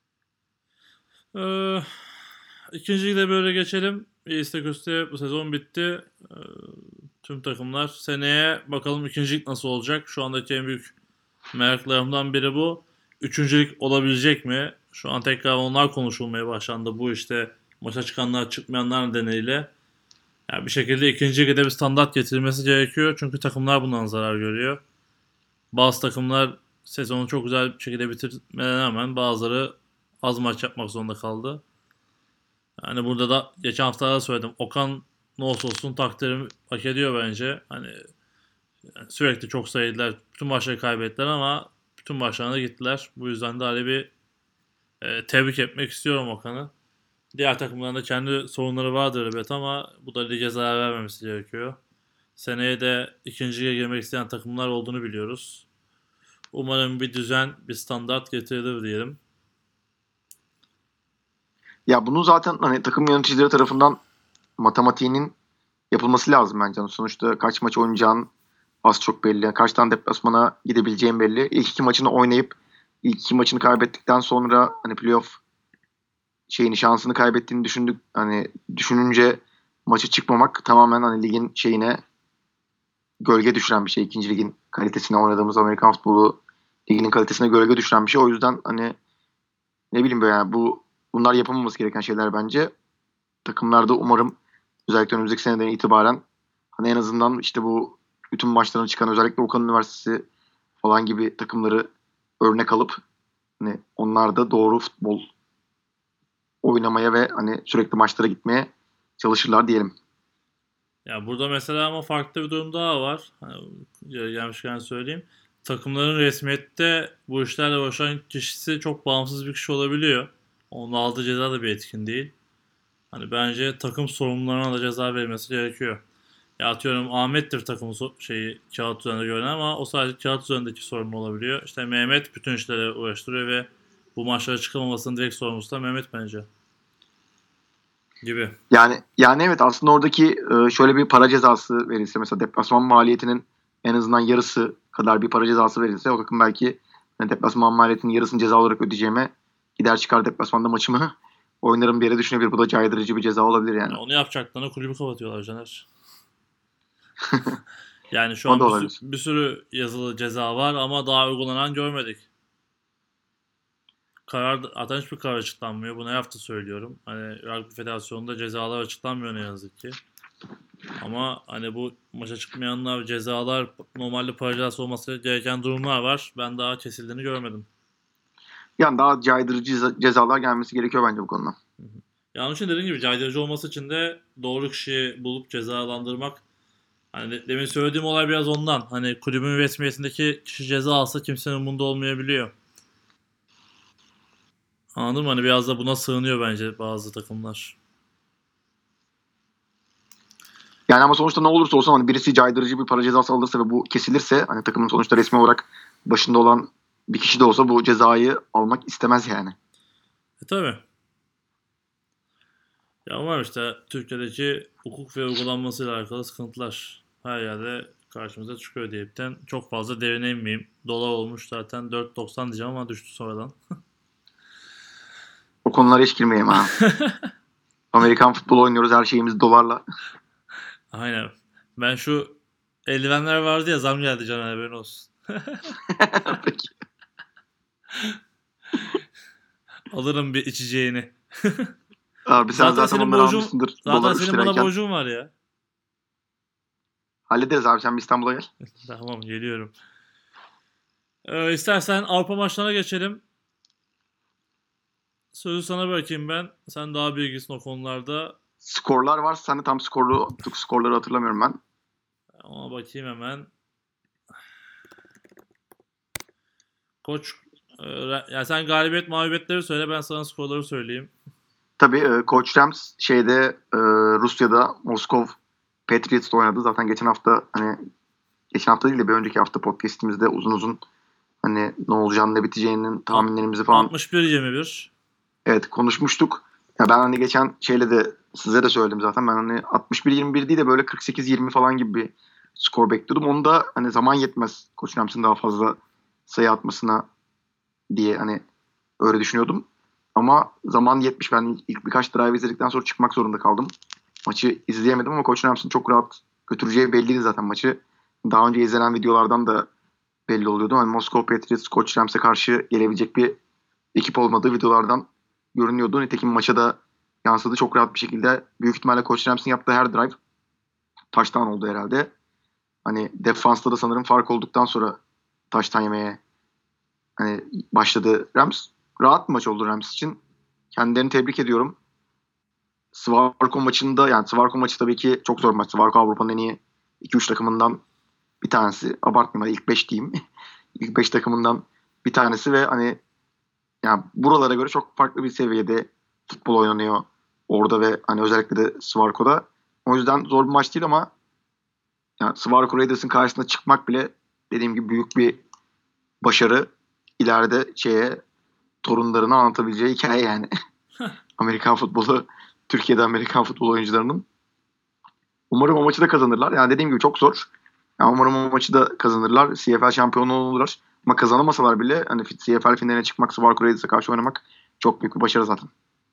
Speaker 2: Ee, İkinciyi de böyle geçelim. İyi üste bu sezon bitti. Tüm takımlar. Seneye bakalım ikincilik nasıl olacak? Şu andaki en büyük meraklarımdan biri bu. Üçüncülük olabilecek mi? Şu an tekrar onlar konuşulmaya başlandı. Bu işte maça çıkanlar çıkmayanlar nedeniyle. Yani bir şekilde ikinci ligde bir standart getirilmesi gerekiyor. Çünkü takımlar bundan zarar görüyor. Bazı takımlar sezonu çok güzel bir şekilde bitirmeden rağmen bazıları az maç yapmak zorunda kaldı. Yani burada da geçen hafta da söyledim. Okan ne olsa olsun takdirimi hak ediyor bence. Hani yani sürekli çok sayıdılar. Bütün maçları kaybettiler ama bütün maçlarına gittiler. Bu yüzden de hani bir tebrik etmek istiyorum Okan'ı. Diğer takımların da kendi sorunları vardır elbet ama bu da lige zarar vermemesi gerekiyor. Seneye de ikinciye girmek isteyen takımlar olduğunu biliyoruz. Umarım bir düzen, bir standart getirilir diyelim.
Speaker 3: Ya bunun zaten hani takım yöneticileri tarafından matematiğinin yapılması lazım bence. Yani sonuçta kaç maç oynayacağın az çok belli. Yani kaç tane deplasmana gidebileceğin belli. İlk iki maçını oynayıp ilk iki maçını kaybettikten sonra hani playoff şansını kaybettiğini düşününce maçı çıkmamak tamamen hani ligin gölge düşüren bir şey. İkinci ligin kalitesine, oynadığımız Amerikan futbolu liginin kalitesine gölge düşüren bir şey. O yüzden hani ne bileyim böyle yani bunlar yapılmaması gereken şeyler bence. Takımlarda umarım özellikle önümüzdeki seneden itibaren hani en azından işte bu bütün maçlarına çıkan özellikle Okan Üniversitesi falan gibi takımları örnek alıp hani onlar da doğru futbol oynamaya ve hani sürekli maçlara gitmeye çalışırlar diyelim.
Speaker 2: Ya burada mesela ama farklı bir durum daha var. Hani gelmişken söyleyeyim. Takımların resmiyette bu işlerle uğraşan kişisi çok bağımsız bir kişi olabiliyor. Onun aldığı ceza da bir etkin değil. Hani bence takım sorumlularına da ceza verilmesi gerekiyor. Ya atıyorum Ahmet'tir takımın kağıt üzerinde görünen ama o sadece kağıt üzerindeki sorumlu olabiliyor. İşte Mehmet bütün işlere uğraştırıyor ve bu maçlara çıkamamasının direkt sorumlusu da Mehmet bence. Gibi.
Speaker 3: Yani evet aslında oradaki şöyle bir para cezası verilse mesela deplasman maliyetinin en azından yarısı kadar bir para cezası verilse o takım belki yani deplasman maliyetinin yarısını ceza olarak ödeyeceğime gider çıkar deplasmanda maçımı oynarım bir yere düşünebilir. Bu da caydırıcı bir ceza olabilir yani.
Speaker 2: Ya onu yapacaklarına kulübü kapatıyorlar Caner. Yani şu
Speaker 3: O da
Speaker 2: an
Speaker 3: olabilir.
Speaker 2: bir sürü yazılı ceza var ama daha uygulanan görmedik. Zaten hiçbir karar açıklanmıyor. Bunu her hafta söylüyorum. Hani Rugby Federasyonu'nda cezalar açıklanmıyor ne yazık ki. Ama hani bu maça çıkmayanlar, cezalar, normalde para cezası olması gereken durumlar var. Ben daha kesildiğini görmedim.
Speaker 3: Yani daha caydırıcı cezalar gelmesi gerekiyor bence bu konuda.
Speaker 2: Yani için dediğim gibi caydırıcı olması için de doğru kişiyi bulup cezalandırmak. Hani demin söylediğim olay biraz ondan. Hani kulübün resmiyetindeki kişi ceza alsa kimsenin umurunda olmayabiliyor. Anladın mı? Hani biraz da buna sığınıyor bence bazı takımlar.
Speaker 3: Yani ama sonuçta ne olursa olsun hani birisi caydırıcı bir para cezası alırsa ve bu kesilirse hani takımın sonuçta resmi olarak başında olan bir kişi de olsa bu cezayı almak istemez yani.
Speaker 2: Tabii. Ya ama işte Türkiye'deki hukuk ve uygulanmasıyla alakalı sıkıntılar her yerde karşımıza çıkıyor diyerekten çok fazla derine inmeyeyim. Dolar olmuş zaten 4.90 diyeceğim ama düştü sonradan.
Speaker 3: O konulara hiç girmeyeyim ha. Amerikan futbolu oynuyoruz her şeyimiz dolarla.
Speaker 2: Aynen. Ben şu eldivenler vardı ya zam geldi Caner haberin olsun.
Speaker 3: Peki.
Speaker 2: Alırım bir içeceğini.
Speaker 3: Abi sen zaten
Speaker 2: senin
Speaker 3: onları
Speaker 2: borcun
Speaker 3: almışsındır.
Speaker 2: zaten
Speaker 3: Dolar 3
Speaker 2: senin bana
Speaker 3: lirayken.
Speaker 2: borcun var ya.
Speaker 3: Hallederiz abi sen bir İstanbul'a gel.
Speaker 2: Tamam geliyorum. İstersen Avrupa maçlarına geçelim. Sözü sana bırakayım ben. Sen daha bilgisin o konularda.
Speaker 3: Skorlar var. Sen de tam skorları hatırlamıyorum ben.
Speaker 2: Ona bakayım hemen. Koç ya sen galibiyet mağlubiyetleri söyle ben sana skorları söyleyeyim.
Speaker 3: Tabii Koç Rams Rusya'da Moskov Patriots'ta oynadı. Zaten geçen hafta değil de bir önceki hafta podcast'imizde uzun uzun hani ne olacağını ne biteceğinin tahminlerimizi falan
Speaker 2: 61-21.
Speaker 3: evet konuşmuştuk. Ya ben hani geçen de size de söyledim zaten. Ben hani 61-21 değil de böyle 48-20 falan gibi bir skor bekliyordum. Onu da hani zaman yetmez Koç Rams'ın daha fazla sayı atmasına diye hani öyle düşünüyordum. Ama zaman yetmiş. Ben ilk birkaç drive izledikten sonra çıkmak zorunda kaldım. Maçı izleyemedim ama Koç Rams'ın çok rahat götüreceği belliydi zaten maçı. Daha önce izlenen videolardan da belli oluyordu. Hani Moskova Patriots Koç Rams'e karşı gelebilecek bir ekip olmadığı videolardan görünüyordu. Nitekim maça da yansıdı çok rahat bir şekilde. Büyük ihtimalle Koç Rams'in yaptığı her drive taştan oldu herhalde. Hani defansta da sanırım fark olduktan sonra taştan yemeye hani başladı Rams. Rahat bir maç oldu Rams için. Kendilerini tebrik ediyorum. Svarko maçında, yani Svarko maçı tabii ki çok zor maç. Svarko Avrupa'nın en iyi 2-3 takımından bir tanesi. Abartmayayım, ilk 5 diyeyim. İlk 5 takımından bir tanesi ve hani yani buralara göre çok farklı bir seviyede futbol oynanıyor orada ve hani özellikle de Svarko'da. O yüzden zor bir maç değil ama yani Svarko Raiders'ın karşısına çıkmak bile dediğim gibi büyük bir başarı. İleride torunlarına anlatabileceği hikaye yani. Amerikan futbolu, Türkiye'de Amerikan futbol oyuncularının. Umarım o maçı da kazanırlar. Yani dediğim gibi çok zor. Yani umarım o maçı da kazanırlar. CFL şampiyonu olurlar. Ama kazanamasalar bile hani CFL finaline çıkmak, Svarko Raiders'a karşı oynamak çok büyük bir başarı zaten.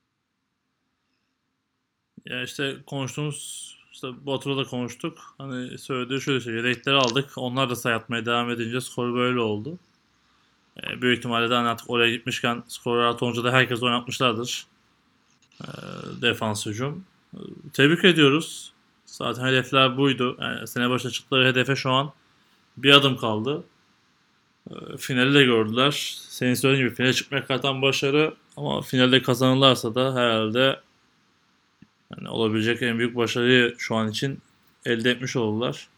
Speaker 2: Ya işte konuştuğumuz, işte Batur'la da konuştuk. Hani söylediği şöyle şey. Yedekleri aldık. Onlar da sayatmaya devam edince skor böyle oldu. Büyük ihtimalle de hani artık oraya gitmişken skor rahat olunca da herkes oynatmışlardır. Defans hücum. Tebrik ediyoruz. Zaten hedefler buydu. Yani sene başına çıktıkları hedefe şu an bir adım kaldı. Finali de gördüler. Senin söylediğin gibi finale çıkmak zaten başarı. Ama finalde kazanırlarsa da herhalde yani olabilecek en büyük başarıyı şu an için elde etmiş olurlar.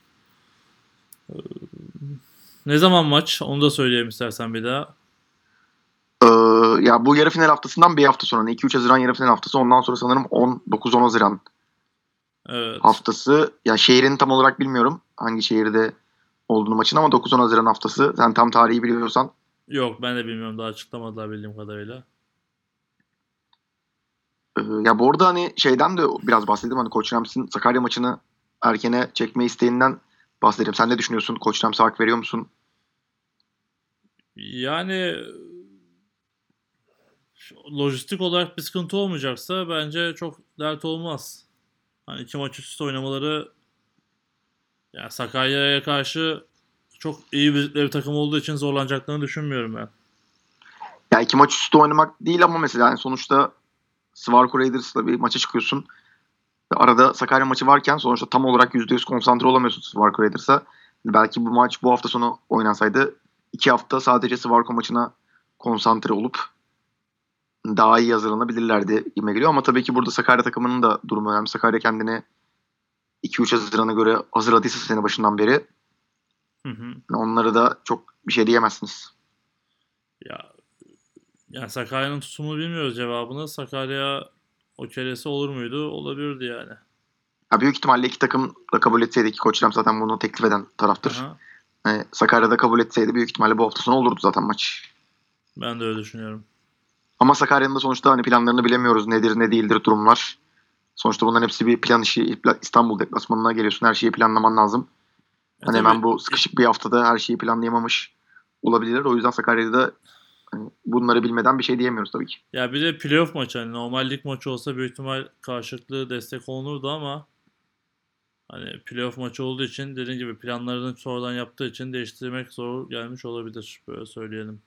Speaker 2: Ne zaman maç? Onu da söyleyeyim istersen bir daha.
Speaker 3: Ya bu yarı final haftasından bir hafta sonra. 2-3 Haziran yarı final haftası. Ondan sonra sanırım 9-10 Haziran
Speaker 2: Evet.
Speaker 3: haftası. Ya şehrini tam olarak bilmiyorum. Hangi şehirde olduğunu maçın ama 9-10 Haziran haftası. Sen tam tarihi biliyorsan.
Speaker 2: Yok, ben de bilmiyorum. Daha açıklamadılar bildiğim kadarıyla.
Speaker 3: Ya bu arada hani şeyden de biraz bahsedeyim. Hani Koç Rams'in Sakarya maçını erkene çekme isteğinden bahsedeyim. Sen ne düşünüyorsun? Koç Rams'e hak veriyor musun?
Speaker 2: Yani lojistik olarak bir sıkıntı olmayacaksa bence çok dert olmaz. Hani iki maç üst üste oynamaları, yani Sakarya'ya karşı çok iyi bir takım olduğu için zorlanacaklarını düşünmüyorum ben.
Speaker 3: Ya iki maç üstü oynamak değil ama mesela yani sonuçta Svarko Raiders'la bir maça çıkıyorsun. Ve arada Sakarya maçı varken sonuçta tam olarak %100 konsantre olamıyorsun Svarko Raiders'a. Belki bu maç bu hafta sonu oynansaydı 2 hafta sadece Svarko maçına konsantre olup daha iyi hazırlanabilirlerdi gibi geliyor. Ama tabii ki burada Sakarya takımının da durumu önemli. Sakarya kendini 2-3 Haziran'a göre hazırladıysa sene başından beri
Speaker 2: Hı hı.
Speaker 3: onlara da çok bir şey diyemezsiniz.
Speaker 2: Ya yani Sakarya'nın tutumunu bilmiyoruz cevabını. Sakarya o keresi olur muydu? Olabilirdi yani.
Speaker 3: Ya büyük ihtimalle iki takım da kabul etseydi ki Koç Rams zaten bunu teklif eden taraftır.
Speaker 2: Aha,
Speaker 3: Yani Sakarya'da kabul etseydi büyük ihtimalle bu hafta sonu olurdu zaten maç.
Speaker 2: ben de öyle düşünüyorum.
Speaker 3: Ama Sakarya'nın da sonuçta hani planlarını bilemiyoruz. Nedir ne değildir durumlar. Sonuçta bunların hepsi bir plan işi. İstanbul deplasmanına geliyorsun. Her şeyi planlaman lazım. Hani
Speaker 2: Tabii
Speaker 3: hemen bu sıkışık bir haftada her şeyi planlayamamış olabilirler. O yüzden Sakarya'da hani bunları bilmeden bir şey diyemiyoruz tabii ki.
Speaker 2: ya bir de playoff maçı, hani normal lig maçı olsa büyük ihtimal karşılıklı destek olunurdu ama hani playoff maçı olduğu için dediğim gibi planlarını sonradan yaptığı için değiştirmek zor gelmiş olabilir. Böyle söyleyelim.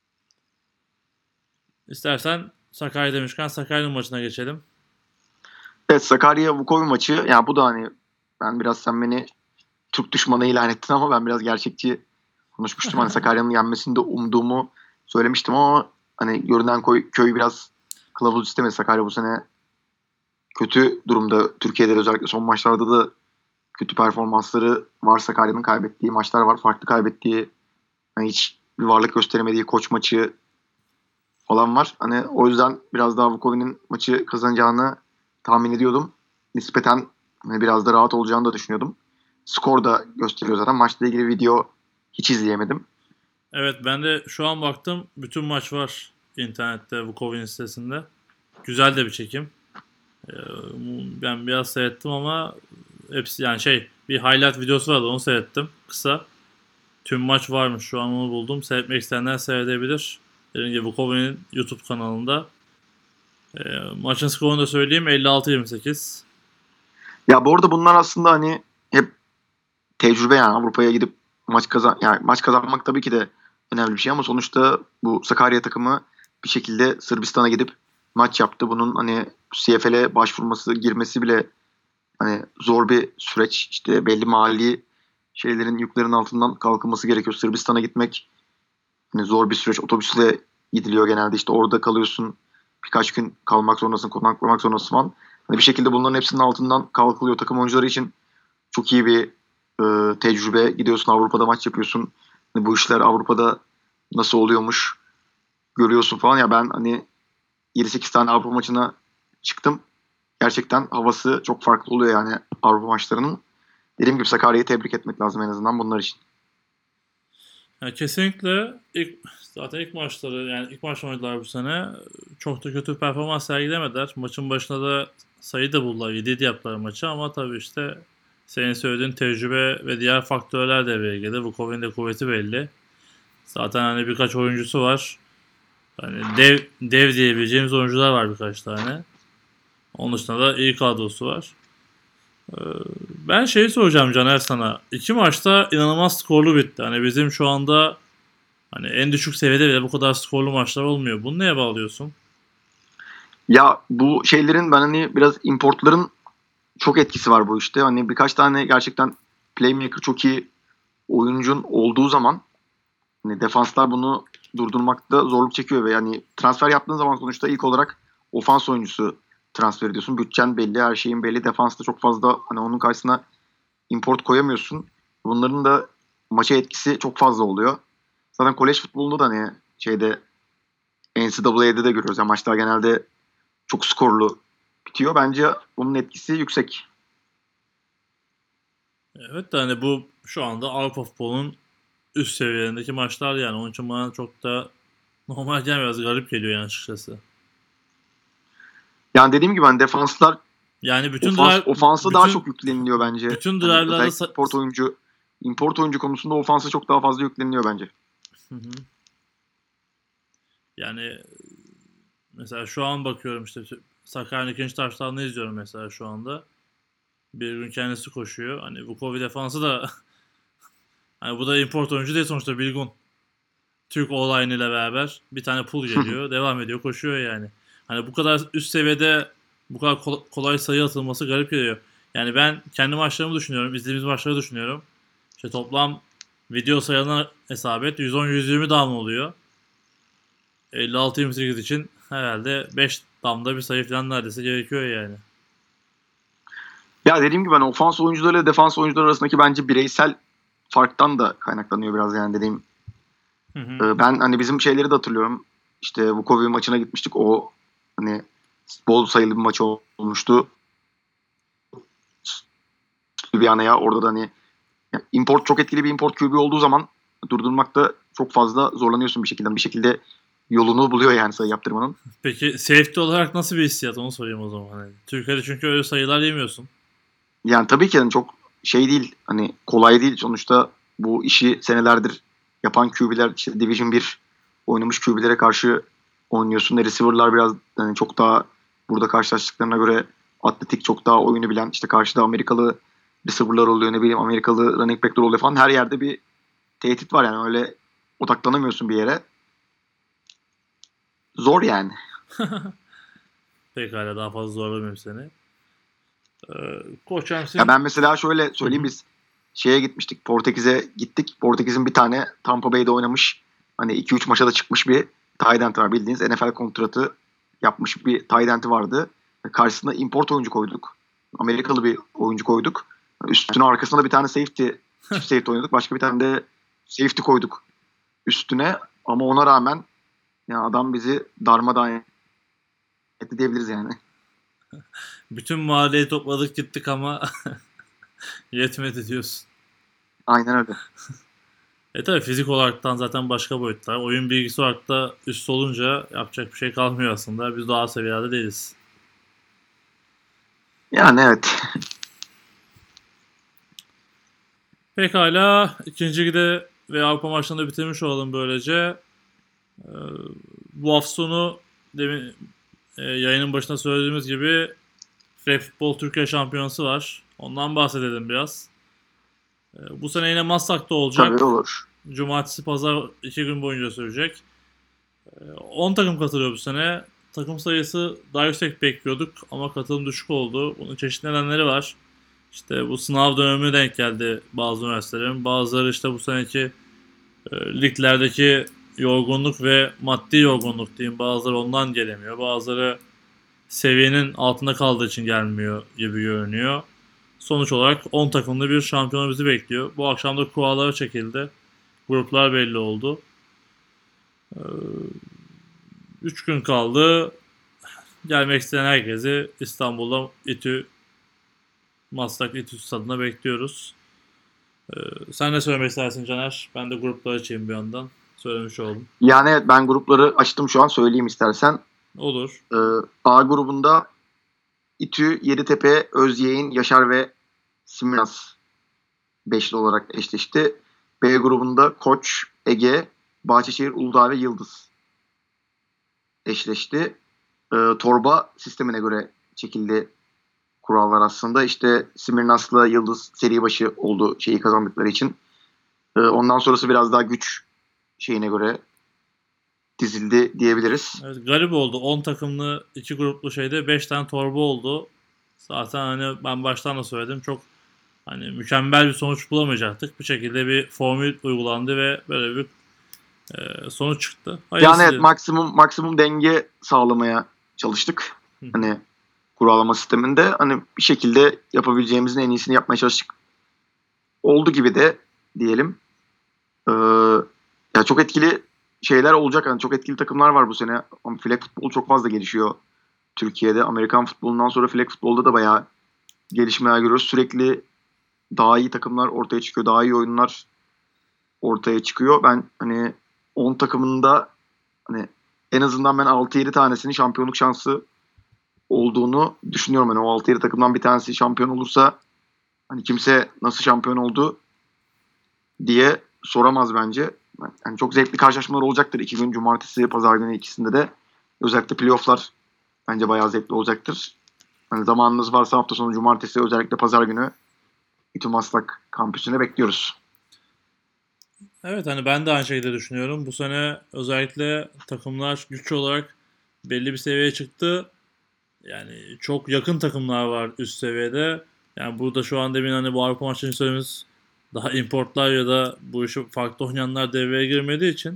Speaker 2: İstersen Sakarya demişken Sakarya'nın maçına geçelim.
Speaker 3: Evet, Sakarya Vukovi maçı. Ya bu da hani ben biraz sen beni Türk düşmanı ilan ettin ama ben biraz gerçekçi konuşmuştum. Hani Sakarya'nın yenmesini de umduğumu söylemiştim ama hani görünen köy biraz kılavuz istemedi. Sakarya bu sene kötü durumda. Türkiye'de özellikle son maçlarda da kötü performansları var. Sakarya'nın kaybettiği maçlar var. Farklı kaybettiği, hani hiç bir varlık gösteremediği Koç maçı falan var. Hani o yüzden biraz daha Vukovi'nin maçı kazanacağını tahmin ediyordum. Nispeten hani biraz da rahat olacağını da düşünüyordum. Skor da gösteriyor zaten. Maçla ilgili video hiç izleyemedim.
Speaker 2: Evet, ben de şu an baktım. Bütün maç var internette Vukov'un sitesinde. Güzel de bir çekim. Ee, Ben biraz seyrettim ama hepsi yani bir highlight videosu vardı, onu seyrettim kısa. Tüm maç varmış, şu an onu buldum. Seyretmek isteyenler seyredebilir. Dediğim gibi Vukov'un YouTube kanalında. Maçın skorunu da söyleyeyim, 56-28.
Speaker 3: Ya bu arada bunlar aslında hani hep tecrübe yani Avrupa'ya gidip maç kazanmak tabii ki de önemli bir şey ama sonuçta bu Sakarya takımı bir şekilde Sırbistan'a gidip maç yaptı. Bunun hani CFL'e başvurması, girmesi bile hani zor bir süreç. İşte belli mali şeylerin yüklerin altından kalkılması gerekiyor. Sırbistan'a gitmek hani zor bir süreç. Otobüsle gidiliyor genelde. İşte orada kalıyorsun. Birkaç gün kalmak zorundasın, konaklamak zorundasın falan. Hani bir şekilde bunların hepsinin altından kalkılıyor. Takım oyuncuları için çok iyi bir tecrübe. Gidiyorsun Avrupa'da maç yapıyorsun. Hani bu işler Avrupa'da nasıl oluyormuş görüyorsun falan. Ya ben hani 7-8 tane Avrupa maçına çıktım. Gerçekten havası çok farklı oluyor yani Avrupa maçlarının. Dediğim gibi Sakarya'yı tebrik etmek lazım en azından bunlar için.
Speaker 2: Yani kesinlikle zaten ilk maçları yani ilk maç oynadılar bu sene. Çok da kötü performans sergilemediler. Maçın başında da sayı da buldular. 7-7 yaptılar maçı ama tabii işte senin söylediğin tecrübe ve diğer faktörler devreye girdi. Vukovic'in de kuvveti belli. Zaten hani birkaç oyuncusu var. Hani dev diyebileceğimiz oyuncular var birkaç tane. Onun dışında da iyi kadrosu var. Ben şeyi soracağım Caner sana. İki maçta inanılmaz skorlu bitti. Hani bizim şu anda hani en düşük seviyede bile bu kadar skorlu maçlar olmuyor. Bunu neye bağlıyorsun?
Speaker 3: Ya bu şeylerin ben hani biraz importların çok etkisi var bu işte. Hani birkaç tane gerçekten playmaker çok iyi oyuncun olduğu zaman hani defanslar bunu durdurmakta zorluk çekiyor ve yani transfer yaptığın zaman sonuçta ilk olarak ofans oyuncusu transfer ediyorsun. Bütçen belli, her şeyin belli. Defansta çok fazla hani onun karşısına import koyamıyorsun. Bunların da maça etkisi çok fazla oluyor. Zaten kolej futbolunda da hani şeyde NCAA'de de görüyoruz. Yani maçlar genelde çok skorlu bitiyor. Bence bunun etkisi yüksek.
Speaker 2: Evet de hani bu şu anda Avrupa futbolunun üst seviyelerindeki maçlar yani. Onun için bana çok da normal gelmiyor. Biraz garip geliyor yani açıkçası.
Speaker 3: Yani dediğim gibi hani defanslar
Speaker 2: Yani
Speaker 3: ofansa daha çok yükleniliyor bence.
Speaker 2: bütün
Speaker 3: Hani
Speaker 2: drive'larda
Speaker 3: özellikle import oyuncu konusunda ofansa çok daha fazla yükleniliyor bence.
Speaker 2: Hı hı. Yani mesela şu an bakıyorum işte Sakarya'nın ikinci taşlarını izliyorum mesela şu anda. Bir gün kendisi koşuyor. Hani Vukovic defansı da hani bu da import oyuncu değil sonuçta Bilgun. Türk O-line ile beraber bir tane pull geliyor. Devam ediyor. Koşuyor yani. Hani bu kadar üst seviyede bu kadar kolay sayı atılması garip geliyor. Yani ben kendi maçlarımı düşünüyorum. İzlediğimiz maçları düşünüyorum. İşte toplam video sayılarına hesap et. 110-120 down oluyor. 56-28 için herhalde 5 damda bir sayı falan neredeyse gerekiyor yani.
Speaker 3: Ya dediğim gibi hani ofans oyuncularıyla defans oyuncuları arasındaki bence bireysel farktan da kaynaklanıyor biraz yani dediğim.
Speaker 2: Hı hı.
Speaker 3: Ben hani bizim şeyleri de hatırlıyorum. İşte Vukovic maçına gitmiştik. O hani bol sayılı bir maç olmuştu. Ljubljana'ya orada da hani import çok etkili bir import QB olduğu zaman durdurmakta çok fazla zorlanıyorsun bir şekilde. Bir şekilde yolunu buluyor yani sayı yaptırmanın.
Speaker 2: Peki safety olarak nasıl bir hissiyat onu sorayım o zaman. Hani Türkiye'de çünkü öyle sayılar yemiyorsun.
Speaker 3: Yani tabii ki yani çok şey değil. Hani kolay değil. Sonuçta bu işi senelerdir yapan QB'ler işte Division 1 oynamış QB'lere karşı oynuyorsun. Receiver'lar biraz hani çok daha burada karşılaştıklarına göre atletik çok daha oyunu bilen işte karşıda Amerikalı receiver'lar oluyor ne bileyim Amerikalı running back'ler oluyor falan. Her yerde bir tehdit var yani öyle odaklanamıyorsun bir yere. Zor yani.
Speaker 2: Pekala daha fazla zorlamayayım seni. Koç
Speaker 3: Ya
Speaker 2: Rams'in
Speaker 3: ben mesela şöyle
Speaker 2: Hı
Speaker 3: söyleyeyim
Speaker 2: hı.
Speaker 3: biz şeye gitmiştik. Portekiz'e gittik. Portekiz'in bir tane Tampa Bay'de oynamış hani 2-3 maça da çıkmış bir tight end var bildiğiniz NFL kontratı yapmış bir tight end vardı. Karşısına import oyuncu koyduk. Amerikalı bir oyuncu koyduk. Üstüne arkasında da bir tane çift safety oynadık. Başka bir tane de safety koyduk üstüne. Ama ona rağmen ya adam bizi darmadağın etti diyebiliriz yani.
Speaker 2: Bütün mahalleyi topladık gittik ama yetmedi diyorsun.
Speaker 3: Aynen öyle.
Speaker 2: Tabi fizik olaraktan zaten başka boyutlar. Oyun bilgisi olarak da üst olunca yapacak bir şey kalmıyor aslında. Biz daha seviyede değiliz.
Speaker 3: Yani evet.
Speaker 2: Pekala ikinci gide ve Avrupa maçlarını da bitirmiş olalım böylece. Ee, Bu hafta sonu demin yayının başında söylediğimiz gibi Flag Futbol Türkiye Şampiyonası var. Ondan bahsedelim biraz. Bu sene yine Maslak'ta olacak.
Speaker 3: Tabii olur.
Speaker 2: Cumartesi, pazar 2 gün boyunca sürecek. 10 takım katılıyor bu sene. Takım sayısı daha yüksek bekliyorduk ama katılım düşük oldu. Bunun çeşitli nedenleri var. İşte bu sınav dönemine denk geldi bazı üniversitelerin. Bazıları işte bu seneki liglerdeki yorgunluk ve maddi yorgunluk diyeyim. Bazıları ondan gelemiyor. Bazıları seviyenin altında kaldığı için gelmiyor gibi görünüyor. Sonuç olarak 10 takımlı bir şampiyona bizi bekliyor. Bu akşam da kurallar çekildi. Gruplar belli oldu. 3 gün kaldı. Gelmek isteyen herkesi İstanbul'da Maslak İTÜ stadına bekliyoruz. Sen ne söylemek istersin Caner? Ben de grupları açayım bir yandan. Söylemiş oldum.
Speaker 3: Yani evet, ben grupları açtım şu an, söyleyeyim istersen.
Speaker 2: Olur.
Speaker 3: A grubunda İTÜ, Yeditepe, Özyeğin, Yaşar ve Simyas beşli olarak eşleşti. B grubunda Koç, Ege, Bahçeşehir, Uludağ ve Yıldız eşleşti. Torba sistemine göre çekildi kurallar aslında. İşte Simirnas'la Yıldız seri başı oldu şeyi kazandıkları için. Ondan sonrası biraz daha güç şeyine göre dizildi diyebiliriz.
Speaker 2: Evet, garip oldu. 10 takımlı 2 gruplu şeyde 5 tane torba oldu. Zaten hani ben baştan da söyledim. Çok hani mükemmel bir sonuç bulamayacaktık. Bir şekilde bir formül uygulandı ve böyle bir sonuç çıktı.
Speaker 3: Yani evet, maksimum denge sağlamaya çalıştık. Hani kuralama sisteminde hani bir şekilde yapabileceğimizin en iyisini yapmaya çalıştık. Oldu gibi de diyelim. Ya çok etkili şeyler olacak. Hani çok etkili takımlar var bu sene. Ama flag futbol çok fazla gelişiyor Türkiye'de. Amerikan futbolundan sonra flag futbolda da bayağı gelişmeler görüyoruz. Sürekli daha iyi takımlar ortaya çıkıyor. Daha iyi oyunlar ortaya çıkıyor. Ben hani 10 takımında hani en azından ben 6-7 tanesinin şampiyonluk şansı olduğunu düşünüyorum. Yani o 6-7 takımdan bir tanesi şampiyon olursa hani kimse nasıl şampiyon oldu diye soramaz bence. Yani çok zevkli karşılaşmalar olacaktır. 2 gün, cumartesi, pazar günü ikisinde de. Özellikle playofflar bence bayağı zevkli olacaktır. Yani zamanınız varsa hafta sonu cumartesi, özellikle pazar günü İTÜ Maslak kampüsüne bekliyoruz.
Speaker 2: Evet, hani ben de aynı şekilde düşünüyorum. Bu sene özellikle takımlar güç olarak belli bir seviyeye çıktı. Yani çok yakın takımlar var üst seviyede. Yani burada şu an demin hani bu Avrupa maçlarını söylediğimiz daha importlar ya da bu işi farklı oynayanlar devreye girmediği için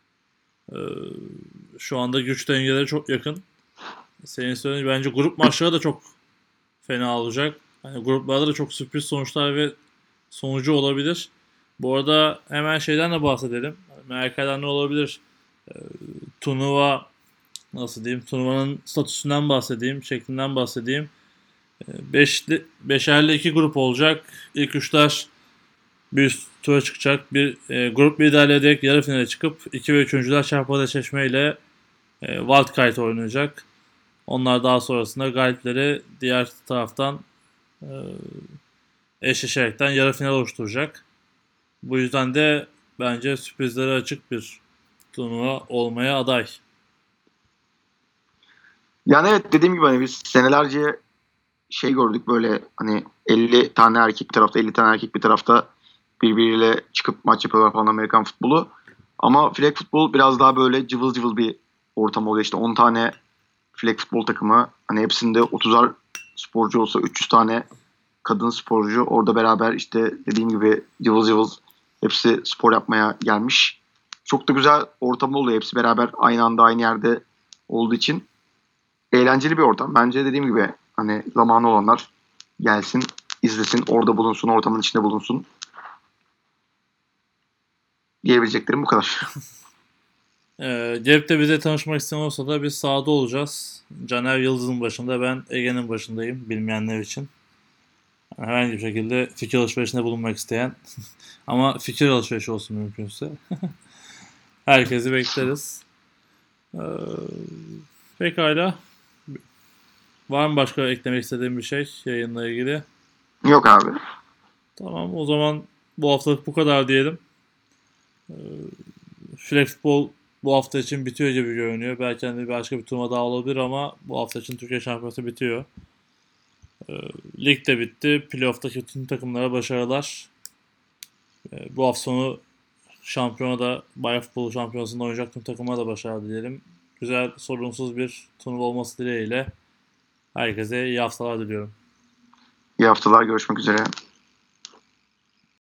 Speaker 2: şu anda güç dengeleri çok yakın. Senin söylediğin bence grup maçları da çok fena olacak. Hani gruplarda da çok sürpriz sonuçlar ve sonucu olabilir. Bu arada hemen şeyden de bahsedelim. MHK'den ne olabilir? Turnuva nasıl diyeyim? Turnuvanın statüsünden bahsedeyim, şeklinden bahsedeyim. Beşerli 2 grup olacak. İlk üçler bir üst tura çıkacak. Bir grup liderleri ederek yarı finale çıkıp 2 ve 3.'ler çarpıda eşleşmeyle wildcard oynayacak. Onlar daha sonrasında galipleri diğer taraftan eşleşerekten yarı final oluşturacak. Bu yüzden de bence sürprizlere açık bir turnuva olmaya aday.
Speaker 3: Yani evet, dediğim gibi hani biz senelerce şey gördük, böyle hani 50 tane erkek bir tarafta, 50 tane erkek bir tarafta birbiriyle çıkıp maç yapıyorlar falan, Amerikan futbolu. Ama flag futbol biraz daha böyle cıvıl cıvıl bir ortam oluyor. İşte 10 tane flag futbol takımı, hani hepsinde 30'ar sporcu olsa 300 tane kadın sporcu orada beraber, işte dediğim gibi cıvıl cıvıl hepsi spor yapmaya gelmiş. Çok da güzel ortam oluyor, hepsi beraber aynı anda aynı yerde olduğu için eğlenceli bir ortam. Bence dediğim gibi hani zamanı olanlar gelsin, izlesin, orada bulunsun, ortamın içinde bulunsun. Diyebileceklerim bu kadar.
Speaker 2: Cepte bize tanışmak isteyen olsa da biz sahada olacağız. Caner Yıldız'ın başında, ben Ege'nin başındayım bilmeyenler için. Yani herhangi bir şekilde fikir alışverişinde bulunmak isteyen ama fikir alışverişi olsun mümkünse. Herkesi bekleriz. Pekala. Var mı başka eklemek istediğim bir şey yayınla ilgili?
Speaker 3: Yok abi.
Speaker 2: Tamam, o zaman bu haftalık bu kadar diyelim. Flag futbol bu hafta için bitiyor gibi görünüyor. Belki hani başka bir turnuva daha olabilir ama bu hafta için Türkiye Şampiyonası bitiyor. Lig de bitti. Playoff'taki tüm takımlara başarılar. Bu hafta sonu şampiyonada, Bayer Futbolu Şampiyonası'nda oynayacak tüm takıma da başarı dilerim. Güzel, sorunsuz bir turnuva olması dileğiyle herkese iyi haftalar diliyorum.
Speaker 3: İyi haftalar, görüşmek üzere.